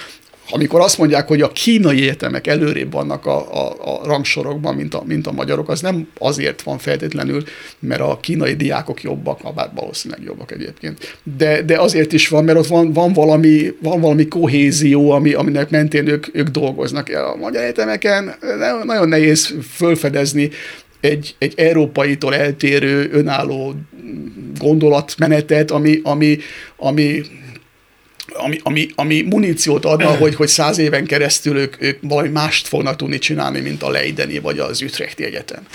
E: amikor azt mondják, hogy a kínai egyetemek előrébb vannak a, a, a rangsorokban, mint a, mint a magyarok, az nem azért van feltétlenül, mert a kínai diákok jobbak, bár valószínűleg jobbak egyébként, de, de azért is van, mert ott van, van, valami, van valami kohézió, ami, aminek mentén ők, ők dolgoznak. A magyar egyetemeken nagyon nehéz fölfedezni egy, egy európaitól eltérő, önálló gondolatmenetet, ami, ami, ami Ami, ami, ami muníciót adna, hogy, hogy száz éven keresztül ők, ők valami mást fognak tudni csinálni, mint a Leideni vagy az Utrechti Egyetem.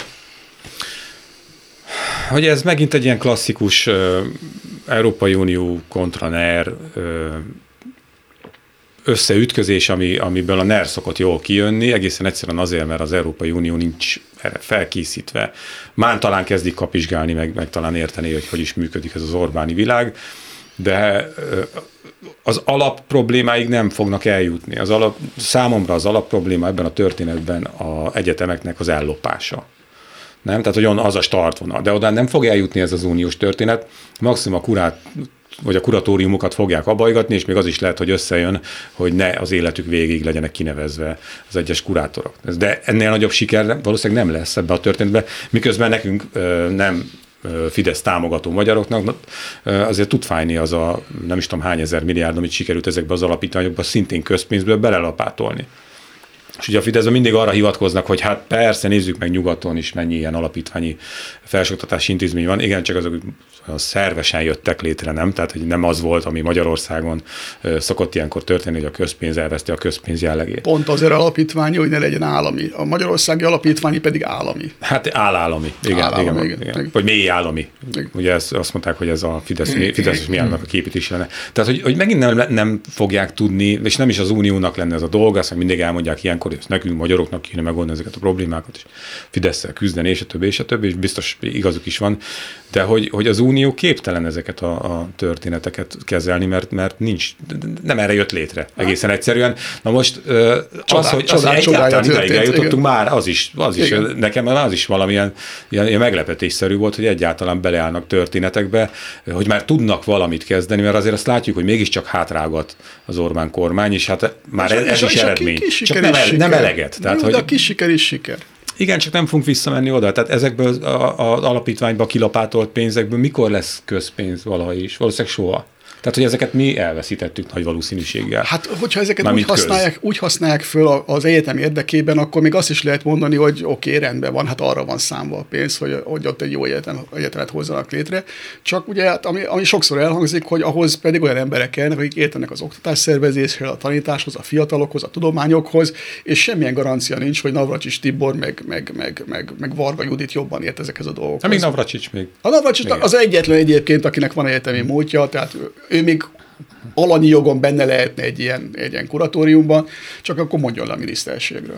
C: Hogy ez megint egy ilyen klasszikus uh, Európai Unió kontra en e er uh, összeütközés, ami, amiből a en e er szokott jól kijönni, egészen egyszerűen azért, mert az Európai Unió nincs erre felkészítve. Már talán kezdik kapizsgálni, meg, meg talán érteni, hogy hogy is működik ez az Orbáni világ, de uh, az alap problémáig nem fognak eljutni. Az alap, számomra az alap probléma ebben a történetben az egyetemeknek az ellopása. Nem? Tehát, hogy az a startvonal. De oda nem fog eljutni ez az uniós történet. Maximum a kurát, vagy a kuratóriumokat fogják abbajgatni, és még az is lehet, hogy összejön, hogy ne az életük végig legyenek kinevezve az egyes kurátorok. De ennél nagyobb siker valószínűleg nem lesz ebbe a történetben, miközben nekünk nem Fidesz támogató magyaroknak, azért tud fájni az a nem is tudom hány ezer milliárd, amit sikerült ezekbe az alapítványokba szintén közpénzből belelapátolni. És ugye a Fideszben mindig arra hivatkoznak, hogy hát persze, nézzük meg nyugaton is, mennyi ilyen alapítványi felsőoktatási intézmény van. Igen, csak azok szervesen jöttek létre, nem? Tehát, hogy nem az volt, ami Magyarországon szokott ilyenkor történni, hogy a közpénz elveszti a közpénz jellegét.
E: Pont azért alapítvány, hogy ne legyen állami. A magyarországi alapítvány pedig állami.
C: Hát állállami. Igen,
E: állami,
C: igen, igen, igen. Vagy mély állami. Igen. Ugye ezt, azt mondták, hogy ez a Fidesz, Fideszes mi államnak a képítés lenne. Tehát, hogy, hogy megint nem, nem fogják tudni, és nem is az uniónak lenne ez a dolga, azt mindig elmondják ilyenkor, hogy nekünk magyaroknak kéne megoldani ezeket a problémákat, és Fidesszel küzdeni, és a többi, és a többi, és biztos igazuk is van, de hogy, hogy az unió képtelen ezeket a, a történeteket kezelni, mert, mert nincs, nem erre jött létre egészen egyszerűen. Na most Csodál, az, hogy, az, hogy egyáltalán ideig eljutottunk, már az is, az is nekem az is valamilyen ilyen, ilyen meglepetésszerű volt, hogy egyáltalán beleállnak történetekbe, hogy már tudnak valamit kezdeni, mert azért azt látjuk, hogy mégiscsak hátrágat az Orbán kormány, és hát már ez, ez is eredmény. Csak nem, nem eleget. Tehát,
E: hogy, de a kis siker is siker.
C: Igen, csak nem fogunk visszamenni oda. Tehát ezekből az alapítványba kilapátolt pénzekből mikor lesz közpénz valaha is? Valószínűleg soha. Tehát, hogy ezeket mi elveszítettük nagy valószínűséggel.
E: Hát, hogyha ezeket úgy használják, úgy használják föl az egyetem érdekében, akkor még azt is lehet mondani, hogy oké, okay, rendben van, hát arra van számva a pénz, hogy, hogy ott egy jó egyetem, egyetemet hozzanak létre. Csak ugye, hát, ami, ami sokszor elhangzik, hogy ahhoz pedig olyan emberek kellene, akik értenek az oktatásszervezéshez, a tanításhoz, a fiatalokhoz, a tudományokhoz, és semmilyen garancia nincs, hogy Navracsics Tibor meg, meg, meg, meg, meg Varga Judit jobban ért ezekhez a dolgokhoz.
C: Hát még Navracsics még.
E: A Navracsics az egyetlen egyébként, akinek van egyetemi múltja, tehát ő még alanyi jogon benne lehetne egy ilyen, egy ilyen kuratóriumban, csak akkor mondjon le a miniszterségről.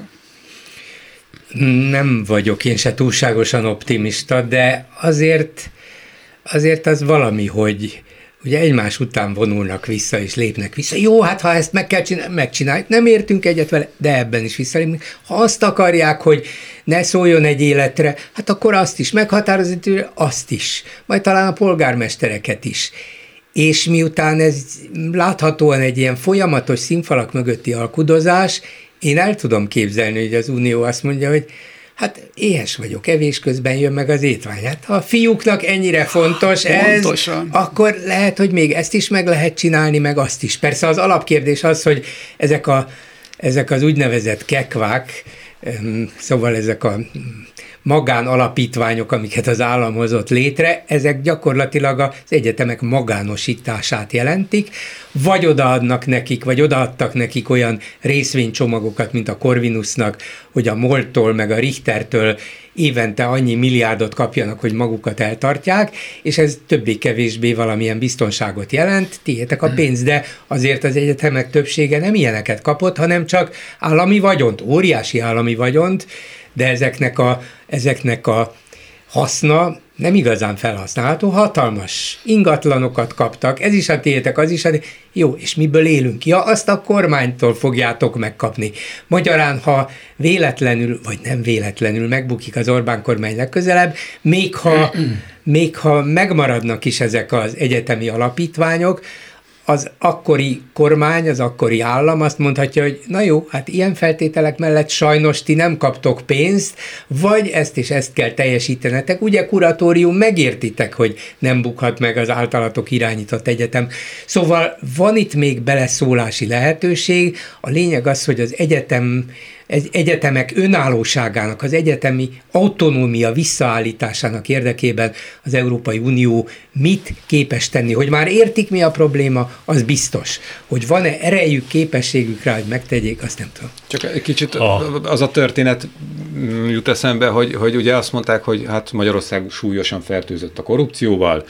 D: Nem vagyok én se túlságosan optimista, de azért, azért az valami, hogy ugye egymás után vonulnak vissza és lépnek vissza. Jó, hát ha ezt meg kell csinálni, megcsináljuk. Nem értünk egyet vele, de ebben is visszalépnek. Ha azt akarják, hogy ne szóljon egy életre, hát akkor azt is meghatározni, azt is. Majd talán a polgármestereket is. És miután ez láthatóan egy ilyen folyamatos színfalak mögötti alkudozás, én el tudom képzelni, hogy az Unió azt mondja, hogy hát éhes vagyok, evés közben jön meg az étvány. Hát ha a fiúknak ennyire fontos ez, Pontosan. Akkor lehet, hogy még ezt is meg lehet csinálni, meg azt is. Persze az alapkérdés az, hogy ezek, a, ezek az úgynevezett kekvák, szóval ezek a magánalapítványok, amiket az állam hozott létre, ezek gyakorlatilag az egyetemek magánosítását jelentik, vagy odaadnak nekik, vagy odaadtak nekik olyan részvénycsomagokat, mint a Corvinusnak, hogy a MOL-tól meg a Richtertől évente annyi milliárdot kapjanak, hogy magukat eltartják, és ez többé-kevésbé valamilyen biztonságot jelent, tiétek a pénz, de azért az egyetemek többsége nem ilyeneket kapott, hanem csak állami vagyont, óriási állami vagyont, de ezeknek a, ezeknek a haszna nem igazán felhasználható, hatalmas ingatlanokat kaptak, ez is a tiétek, az is a tiétek. Jó, és miből élünk? Ja, azt a kormánytól fogjátok megkapni. Magyarán, ha véletlenül, vagy nem véletlenül megbukik az Orbán kormány legközelebb, még ha, még ha megmaradnak is ezek az egyetemi alapítványok, az akkori kormány, az akkori állam azt mondhatja, hogy na jó, hát ilyen feltételek mellett sajnos ti nem kaptok pénzt, vagy ezt és ezt kell teljesítenetek. Ugye kuratórium, megértitek, hogy nem bukhat meg az általatok irányított egyetem. Szóval van itt még beleszólási lehetőség. A lényeg az, hogy az egyetem egy egyetemek önállóságának, az egyetemi autonómia visszaállításának érdekében az Európai Unió mit képes tenni. Hogy már értik, mi a probléma, az biztos. Hogy van-e erejük, képességük rá, hogy megtegyék, azt nem tudom.
C: Csak egy kicsit az a történet jut eszembe, hogy, hogy ugye azt mondták, hogy hát Magyarország súlyosan fertőzött a korrupcióval.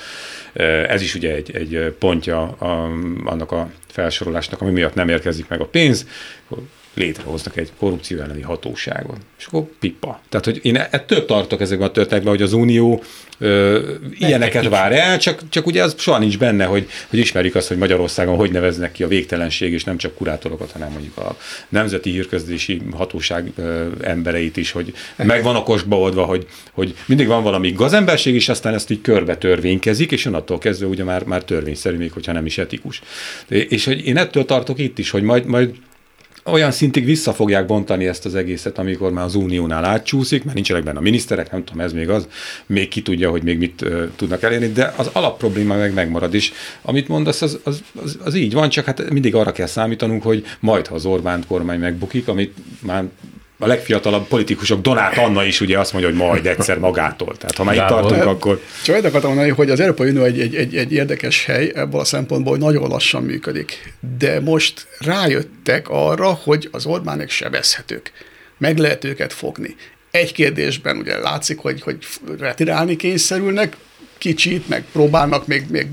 C: Ez is ugye egy, egy pontja a, annak a felsorolásnak, ami miatt nem érkezik meg a pénz, létrehoznak egy korrupció elleni hatóságot. És akkor pipa. Tehát, hogy én ettől tartok ezekben a történetekben, hogy az Unió ö, ilyeneket vár el, csak, csak ugye az soha nincs benne, hogy, hogy ismerjük azt, hogy Magyarországon hogy neveznek ki a végtelenség, és nem csak kurátorokat, hanem mondjuk a Nemzeti Hírközlési Hatóság ö, embereit is, hogy meg van okosba oldva, hogy, hogy mindig van valami gazemberség, és aztán ezt így körbe törvénykezik, és onnantól kezdve ugye már, már törvényszerű, még hogyha nem is etikus. És hogy én ettől tartok itt is, hogy majd, majd olyan szintig vissza fogják bontani ezt az egészet, amikor már az Uniónál átcsúszik, mert nincsenek benne a miniszterek, nem tudom, ez még az, még ki tudja, hogy még mit uh, tudnak elérni, de az alapprobléma meg megmarad is. Amit mondasz, az, az, az, az így van, csak hát mindig arra kell számítanunk, hogy majd, ha az Orbán kormány megbukik, amit már a legfiatalabb politikusok, Donát Anna is ugye azt mondja, hogy majd egyszer magától. Tehát ha már itt tartunk, akkor...
E: Csak azt akartam mondani, hogy az Európai Unió egy, egy, egy, egy érdekes hely ebből a szempontból, hogy nagyon lassan működik. De most rájöttek arra, hogy az Orbánék sebezhetők. Meg lehet őket fogni. Egy kérdésben ugye látszik, hogy, hogy retirálni kényszerülnek, kicsit, meg próbálnak még, még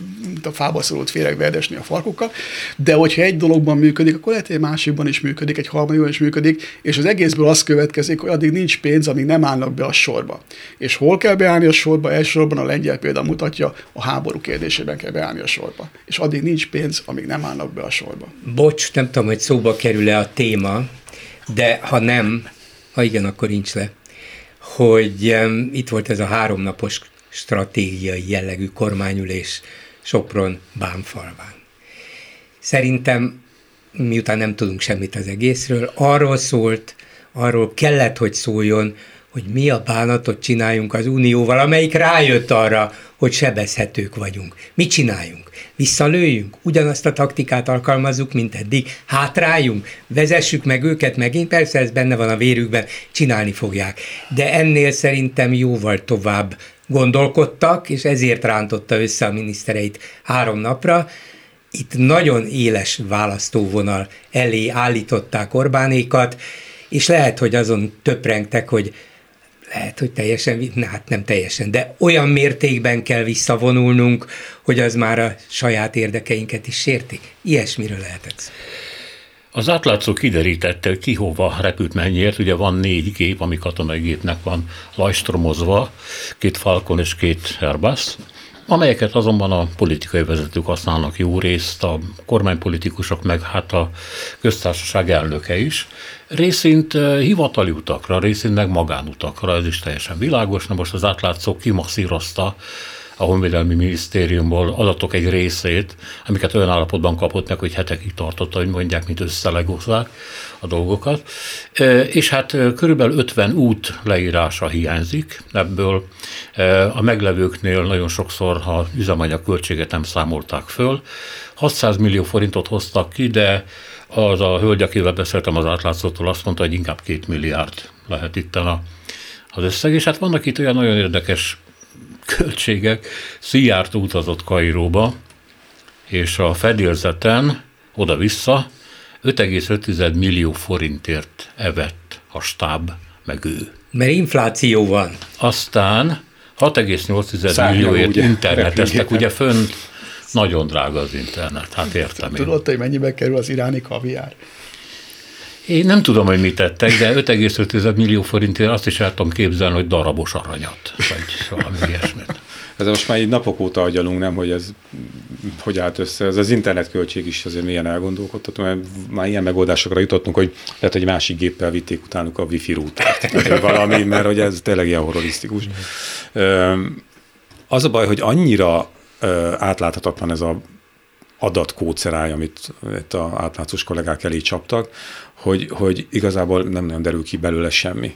E: a fába szorult féreg verdesni a farkukkal, de hogyha egy dologban működik, akkor lehet, hogy egy másikban is működik, egy harmadikban is működik, és az egészből az következik, hogy addig nincs pénz, amíg nem állnak be a sorba. És hol kell beállni a sorba? Elsősorban a lengyel példa mutatja, a háború kérdésében kell beállni a sorba. És addig nincs pénz, amíg nem állnak be a sorba.
D: Bocs, nem tudom, hogy szóba kerül-e a téma, de ha nem, ha igen, akkor nincs le, hogy um, itt volt ez a háromnapos stratégiai jellegű kormányülés Sopron Bánfalván. Szerintem, miután nem tudunk semmit az egészről, arról szólt, arról kellett, hogy szóljon, hogy mi a bánatot csináljunk az Unióval, amelyik rájött arra, hogy sebezhetők vagyunk. Mit csináljunk? Visszalőjünk? Ugyanazt a taktikát alkalmazzuk, mint eddig? Hátráljunk? Vezessük meg őket megint? Persze ez benne van a vérükben, csinálni fogják. De ennél szerintem jóval tovább gondolkodtak, és ezért rántotta össze a minisztereit három napra. Itt nagyon éles választóvonal elé állították Orbánékat, és lehet, hogy azon töprengtek, hogy lehet, hogy teljesen, na, hát nem teljesen, de olyan mértékben kell visszavonulnunk, hogy az már a saját érdekeinket is sérti. Ilyesmiről lehetett szó.
B: Az átlátszó kiderítette, hogy ki hova repült mennyiért. Ugye van négy gép, ami katonai gépnek van lajstromozva, két Falcon és két Airbus, amelyeket azonban a politikai vezetők használnak jó részt, a kormánypolitikusok meg hát a köztársaság elnöke is. Részint hivatali utakra, részint meg magánutakra, ez is teljesen világos. Na most az átlátszó kimasszírozta a Honvédelmi Minisztériumból adatok egy részét, amiket olyan állapotban kapott meg, hogy hetekig tartotta, hogy mondják, mint összelegozzák a dolgokat. És hát körülbelül ötven út leírása hiányzik, ebből a meglevőknél nagyon sokszor a üzemanyag költséget nem számolták föl. hatszáz millió forintot hoztak ki, de az a hölgy, akivel beszéltem az átlátszótól, azt mondta, hogy inkább két milliárd lehet itt a, az összeg. És hát vannak itt olyan nagyon érdekes költségek. Szijjártó utazott Kairóba, és a fedélzeten oda-vissza öt egész öt millió forintért evett a stáb, meg ő.
D: Mert infláció van.
B: Aztán hat egész nyolc millióért interneteztek, ugye fönt nagyon drága az internet, hát értem én.
E: Tudod, hogy mennyibe kerül az iráni kaviár?
B: Én nem tudom, hogy mit tettek, de öt egész öt millió forintért azt is el tudom képzelni, hogy darabos aranyat, vagy valami ilyesmit.
C: Ez most már így napok óta agyalunk, nem, hogy ez hogy állt össze. Ez az internetköltség is azért milyen elgondolkodtató, mert már ilyen megoldásokra jutottunk, hogy lehet, hogy másik géppel vitték utánuk a wifi rútert, valami, mert hogy ez tényleg ilyen horrorisztikus. Az a baj, hogy annyira átláthatatlan ez a adatkóceráj, amit itt a átlátszós kollégák elé csaptak, hogy, hogy igazából nem nagyon derül ki belőle semmi.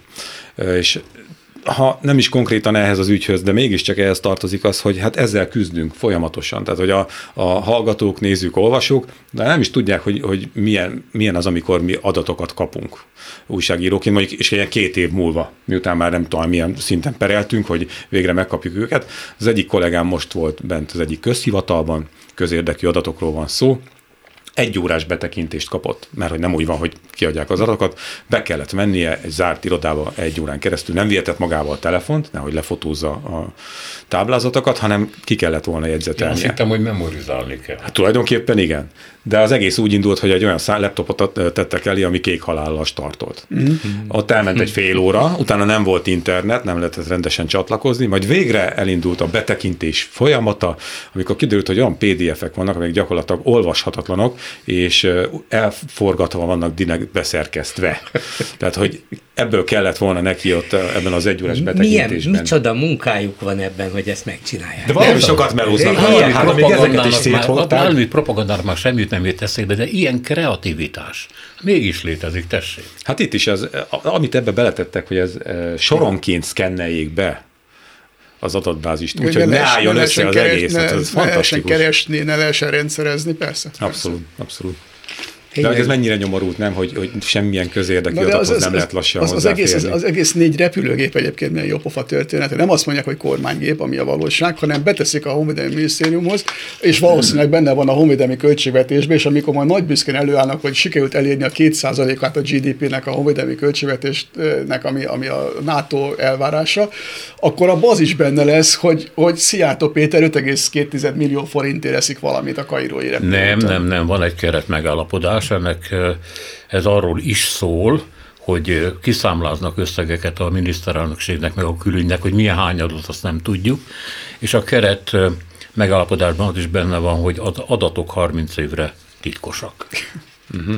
C: És ha nem is konkrétan ehhez az ügyhöz, de mégiscsak ehhez tartozik az, hogy hát ezzel küzdünk folyamatosan. Tehát, hogy a, a hallgatók, nézők, olvasók, de nem is tudják, hogy, hogy milyen, milyen az, amikor mi adatokat kapunk újságíróként, mondjuk, és ilyen két év múlva, miután már nem tudom, milyen szinten pereltünk, hogy végre megkapjuk őket. Az egyik kollégám most volt bent az egyik közhivatalban, közérdekű adatokról van szó, egy órás betekintést kapott, mert hogy nem úgy van, hogy kiadják az adatokat, be kellett mennie egy zárt irodába egy órán keresztül, nem vihetett magával a telefont, nehogy lefotózza a táblázatokat, hanem ki kellett volna jegyzetelnie.
B: Azt hittem, hogy memorizálni kell.
C: Hát tulajdonképpen igen. De az egész úgy indult, hogy egy olyan laptopot tettek elé, ami kék halállal startolt. Mm-hmm. Ott elment egy fél óra, utána nem volt internet, nem lehetett rendesen csatlakozni, majd végre elindult a betekintés folyamata, amikor kiderült, hogy olyan pé dé efek vannak, amik gyakorlatilag olvashatatlanok, és elforgatva vannak direkt beszerkesztve. Tehát, hogy ebből kellett volna neki ott ebben az egyórás betekintésben.
D: Milyen, micsoda munkájuk van ebben, hogy ezt megcsinálják.
C: De valami sokat melóznak.
B: Hát még ezeket is szétfogták. Valami propagandának már semmit nem jött eszébe, de ilyen kreativitás mégis létezik, tessék.
C: Hát itt is, ez, amit ebbe beletettek, hogy ez soronként szkenneljék be az adatbázist, úgyhogy ne álljon össze az egész.
E: Ne,
C: ez
E: ne
C: fantasztikus.
E: lehessen keresni, ne lehessen rendszerezni, persze.
C: Abszolút, persze. abszolút. De ez mennyire nyomorult, nem, hogy, hogy semmilyen közérdekű adathoz az, nem lehet lassan
E: az, az, egész, az, az egész négy repülőgép egyébként milyen jópofa történet. Nem azt mondják, hogy kormánygép, ami a valóság, hanem beteszik a Honvédelmi Minisztériumhoz, és valószínűleg benne van a honvédelmi költségvetésben, és amikor majd nagy büszkén előállnak, hogy sikerült elérni a két százalékát a gé dé pének a honvédelmi költségvetésnek, ami, ami a NATO elvárása, akkor abban az is benne lesz, hogy, hogy Szijjártó Péter öt egész két millió forintért eszik valamit a kairói repülőn.
B: Nem, nem, nem, van egy keret megállapodás. Ennek ez arról is szól, hogy kiszámláznak összegeket a miniszterelnökségnek, meg a külügynek, hogy milyen hányadot, azt nem tudjuk, és a keret megállapodásban az is benne van, hogy adatok harminc évre titkosak.
C: Uh-huh.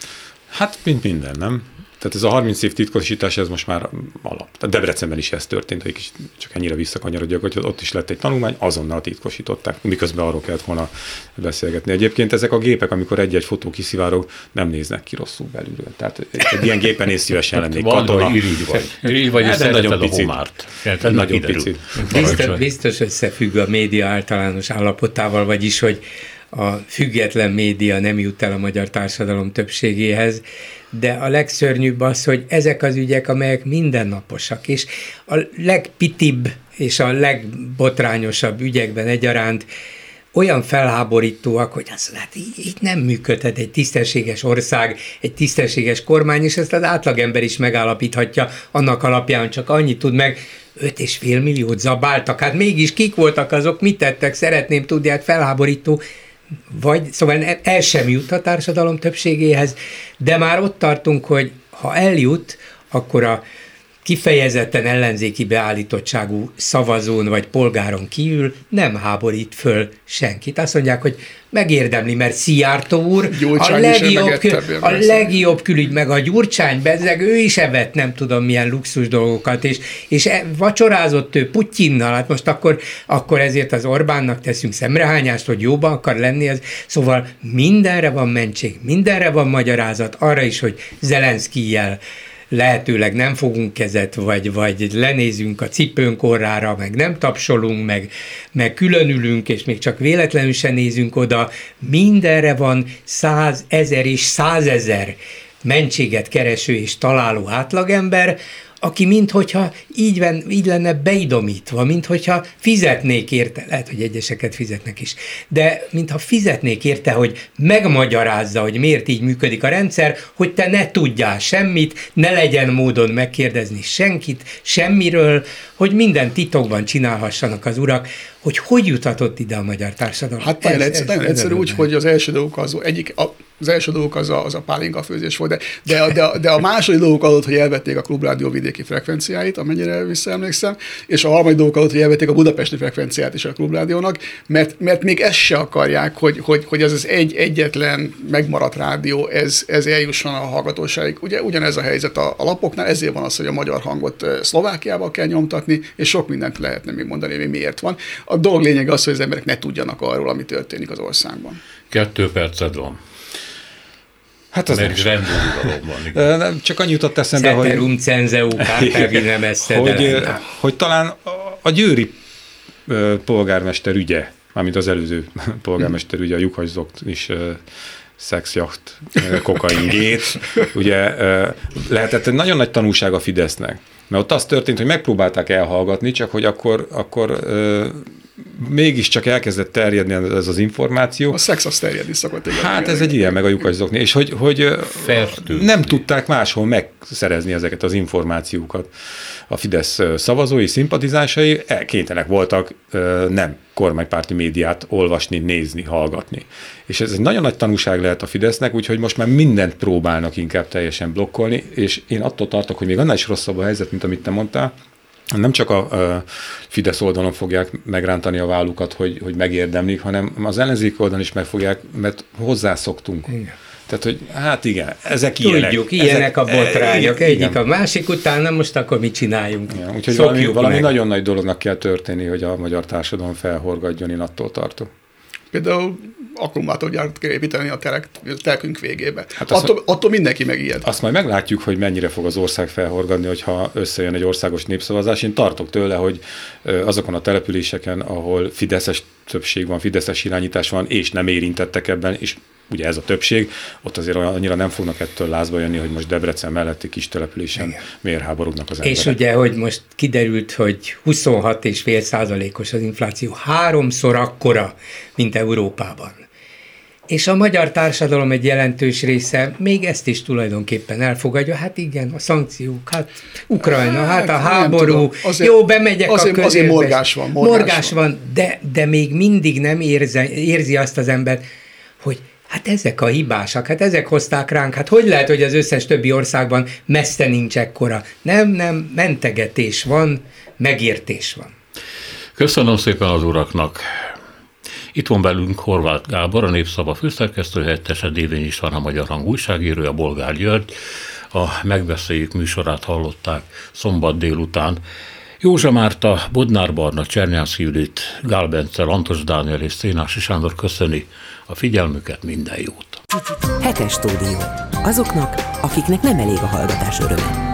C: Hát, mint minden, nem? Tehát ez a harminc év titkosítás, ez most már alap. Tehát Debrecenben is ez történt, hogy csak ennyire visszakanyarodjak, hogy ott is lett egy tanulmány, azonnal titkosították, miközben arról kellett volna beszélgetni. Egyébként ezek a gépek, amikor egy-egy fotó kiszivárog, nem néznek ki rosszul belülről. Tehát egy ilyen gépen is szívesen lennék katona.
B: Irigy vagy. Irigy vagy, és szereted a homárt.
C: Nagyon picit.
D: Biztos, biztos összefügg a média általános állapotával, vagyis, hogy a független média nem jut el a magyar társadalom többségéhez, de a legszörnyűbb az, hogy ezek az ügyek, amelyek mindennaposak, és a legpitibb és a legbotrányosabb ügyekben egyaránt olyan felháborítóak, hogy azt hát így, így nem működhet egy tisztességes ország, egy tisztességes kormány, és ezt az átlagember is megállapíthatja, annak alapján csak annyit tud meg, öt és fél milliót zabáltak, hát mégis kik voltak azok, mit tettek, szeretném tudni, hát felháborító, vagy, szóval el sem jut a társadalom többségéhez, de már ott tartunk, hogy ha eljut, akkor a kifejezetten ellenzéki beállítottságú szavazón vagy polgáron kívül nem háborít föl senkit. Azt mondják, hogy megérdemli, mert Szijjártó úr a legjobb, kül, a legjobb külügy, meg a Gyurcsány, bezzeg, ő is evett nem tudom milyen luxus dolgokat, és, és e, vacsorázott ő Putyinnal, hát most akkor, akkor ezért az Orbánnak teszünk szemrehányást, hogy jóban akar lenni, ez, szóval mindenre van mentség, mindenre van magyarázat, arra is, hogy Zelenszkijjel lehetőleg nem fogunk kezet, vagy, vagy lenézünk a cipőnk orrára, meg nem tapsolunk, meg, meg különülünk, és még csak véletlenül se nézünk oda. Mindenre van százezer és százezer mentséget kereső és találó átlagember, aki minthogyha így, ven, így lenne beidomítva, minthogyha fizetnék érte, lehet, hogy egyeseket fizetnek is, de mintha fizetnék érte, hogy megmagyarázza, hogy miért így működik a rendszer, hogy te ne tudjál semmit, ne legyen módon megkérdezni senkit, semmiről, hogy minden titokban csinálhassanak az urak, hogy hogy juthatott ide a magyar társadalom.
E: Hát nagyon, ez, ez, nagyon ez egyszerű úgy, hogy az első dolgok az egyik, a, Az első dolgok az a, az a pálinka főzés volt, de, de, de, de a második dolgok adott, hogy elvették a Klubrádió vidéki frekvenciáit, amennyire visszaemlékszem, és a harmadik dolgok adott, hogy elvették a budapesti frekvenciát is a Klubrádiónak, mert, mert még ezt se akarják, hogy, hogy, hogy ez az egy egyetlen megmaradt rádió, ez, ez eljusson a hallgatóságig. Ugye ugyanez a helyzet a, a lapoknál, ezért van az, hogy a magyar hangot Szlovákiába kell nyomtatni, és sok mindent lehetne még mondani, hogy miért van. A dolog lényeg az, hogy az emberek ne tudjanak arról, ami történik az országban.
B: Kettő perced van.
C: Hát az
B: Mert rendőrúgalom van.
C: Csak annyi jutott eszembe, hogy, hogy, hogy talán a, a győri polgármester ügye, mármint az előző polgármester ügye, a Jukhajzokt is szexjacht, kokaingét, ugye lehetett egy nagyon nagy tanulság a Fidesznek. Mert ott az történt, hogy megpróbálták elhallgatni, csak hogy akkor, akkor mégiscsak elkezdett terjedni ez az információ.
E: A szex az terjedni szokott. Igen,
C: hát
E: igen,
C: ez egy ilyen, meg a lyukaszokni. És hogy, hogy
B: Fertőzni.
C: nem tudták máshol megszerezni ezeket az információkat. A Fidesz szavazói, szimpatizásai kénytelenek voltak nem kormánypárti médiát olvasni, nézni, hallgatni. És ez egy nagyon nagy tanúság lehet a Fidesznek, úgyhogy most már mindent próbálnak inkább teljesen blokkolni, és én attól tartok, hogy még annál is rosszabb a helyzet, mint amit te mondtál, nem csak a Fidesz oldalon fogják megrántani a vállukat, hogy, hogy megérdemlik, hanem az ellenzék oldalon is meg fogják, mert hozzászoktunk. Igen. Tehát, hogy hát igen, ezek
D: Tudjuk,
C: ilyenek.
D: Tudjuk, ilyenek ezek, a botrányok, egyik igen. a másik után, most akkor mit csináljunk?
C: Igen, úgyhogy valami, valami nagyon nagy dolognak kell történni, hogy a magyar társadalom felhorgadjon, én attól tartok.
E: Például akkumulátorgyárat kell építeni a telek, telkünk végébe. Hát attól, azt, attól mindenki megijed.
C: Azt majd meglátjuk, hogy mennyire fog az ország felhorgadni, hogyha összejön egy országos népszavazás. Én tartok tőle, hogy azokon a településeken, ahol fideszes többség van, fideszes irányítás van, és nem érintettek ebben, és ugye ez a többség, ott azért annyira nem fognak ettől lázba jönni, hogy most Debrecen melletti kis településen igen. miért háborúdnak az emberek.
D: És ugye, hogy most kiderült, hogy huszonhat egész öt százalékos az infláció, háromszor akkora, mint Európában. És a magyar társadalom egy jelentős része még ezt is tulajdonképpen elfogadja. Hát igen, a szankciók, hát Ukrajna, hát, hát a háború, azért, jó, bemegyek
E: azért,
D: a közérbe.
E: Azért morgás van. Morgás,
D: morgás van, van de, de még mindig nem érzi, érzi azt az ember, hogy hát ezek a hibásak, hát ezek hozták ránk, hát hogy lehet, hogy az összes többi országban messze nincs ekkora. Nem, nem, mentegetés van, megértés van.
B: Köszönöm szépen az uraknak. Itt van velünk Horváth Gábor, a Népszava főszerkesztő helyettese, Dévényi István, a Magyar Hang újságírója, Bolgár György. A Megbeszéljük műsorát hallották szombat délután. Józsa Márta, Bodnár Barna, Csernyánszky Judit, Gál Bence, Lantos Dániel és Szénási Sándor köszöni a figyelmüket, minden jót.
A: Hetes stúdió. Azoknak, akiknek nem elég a hallgatás öröme.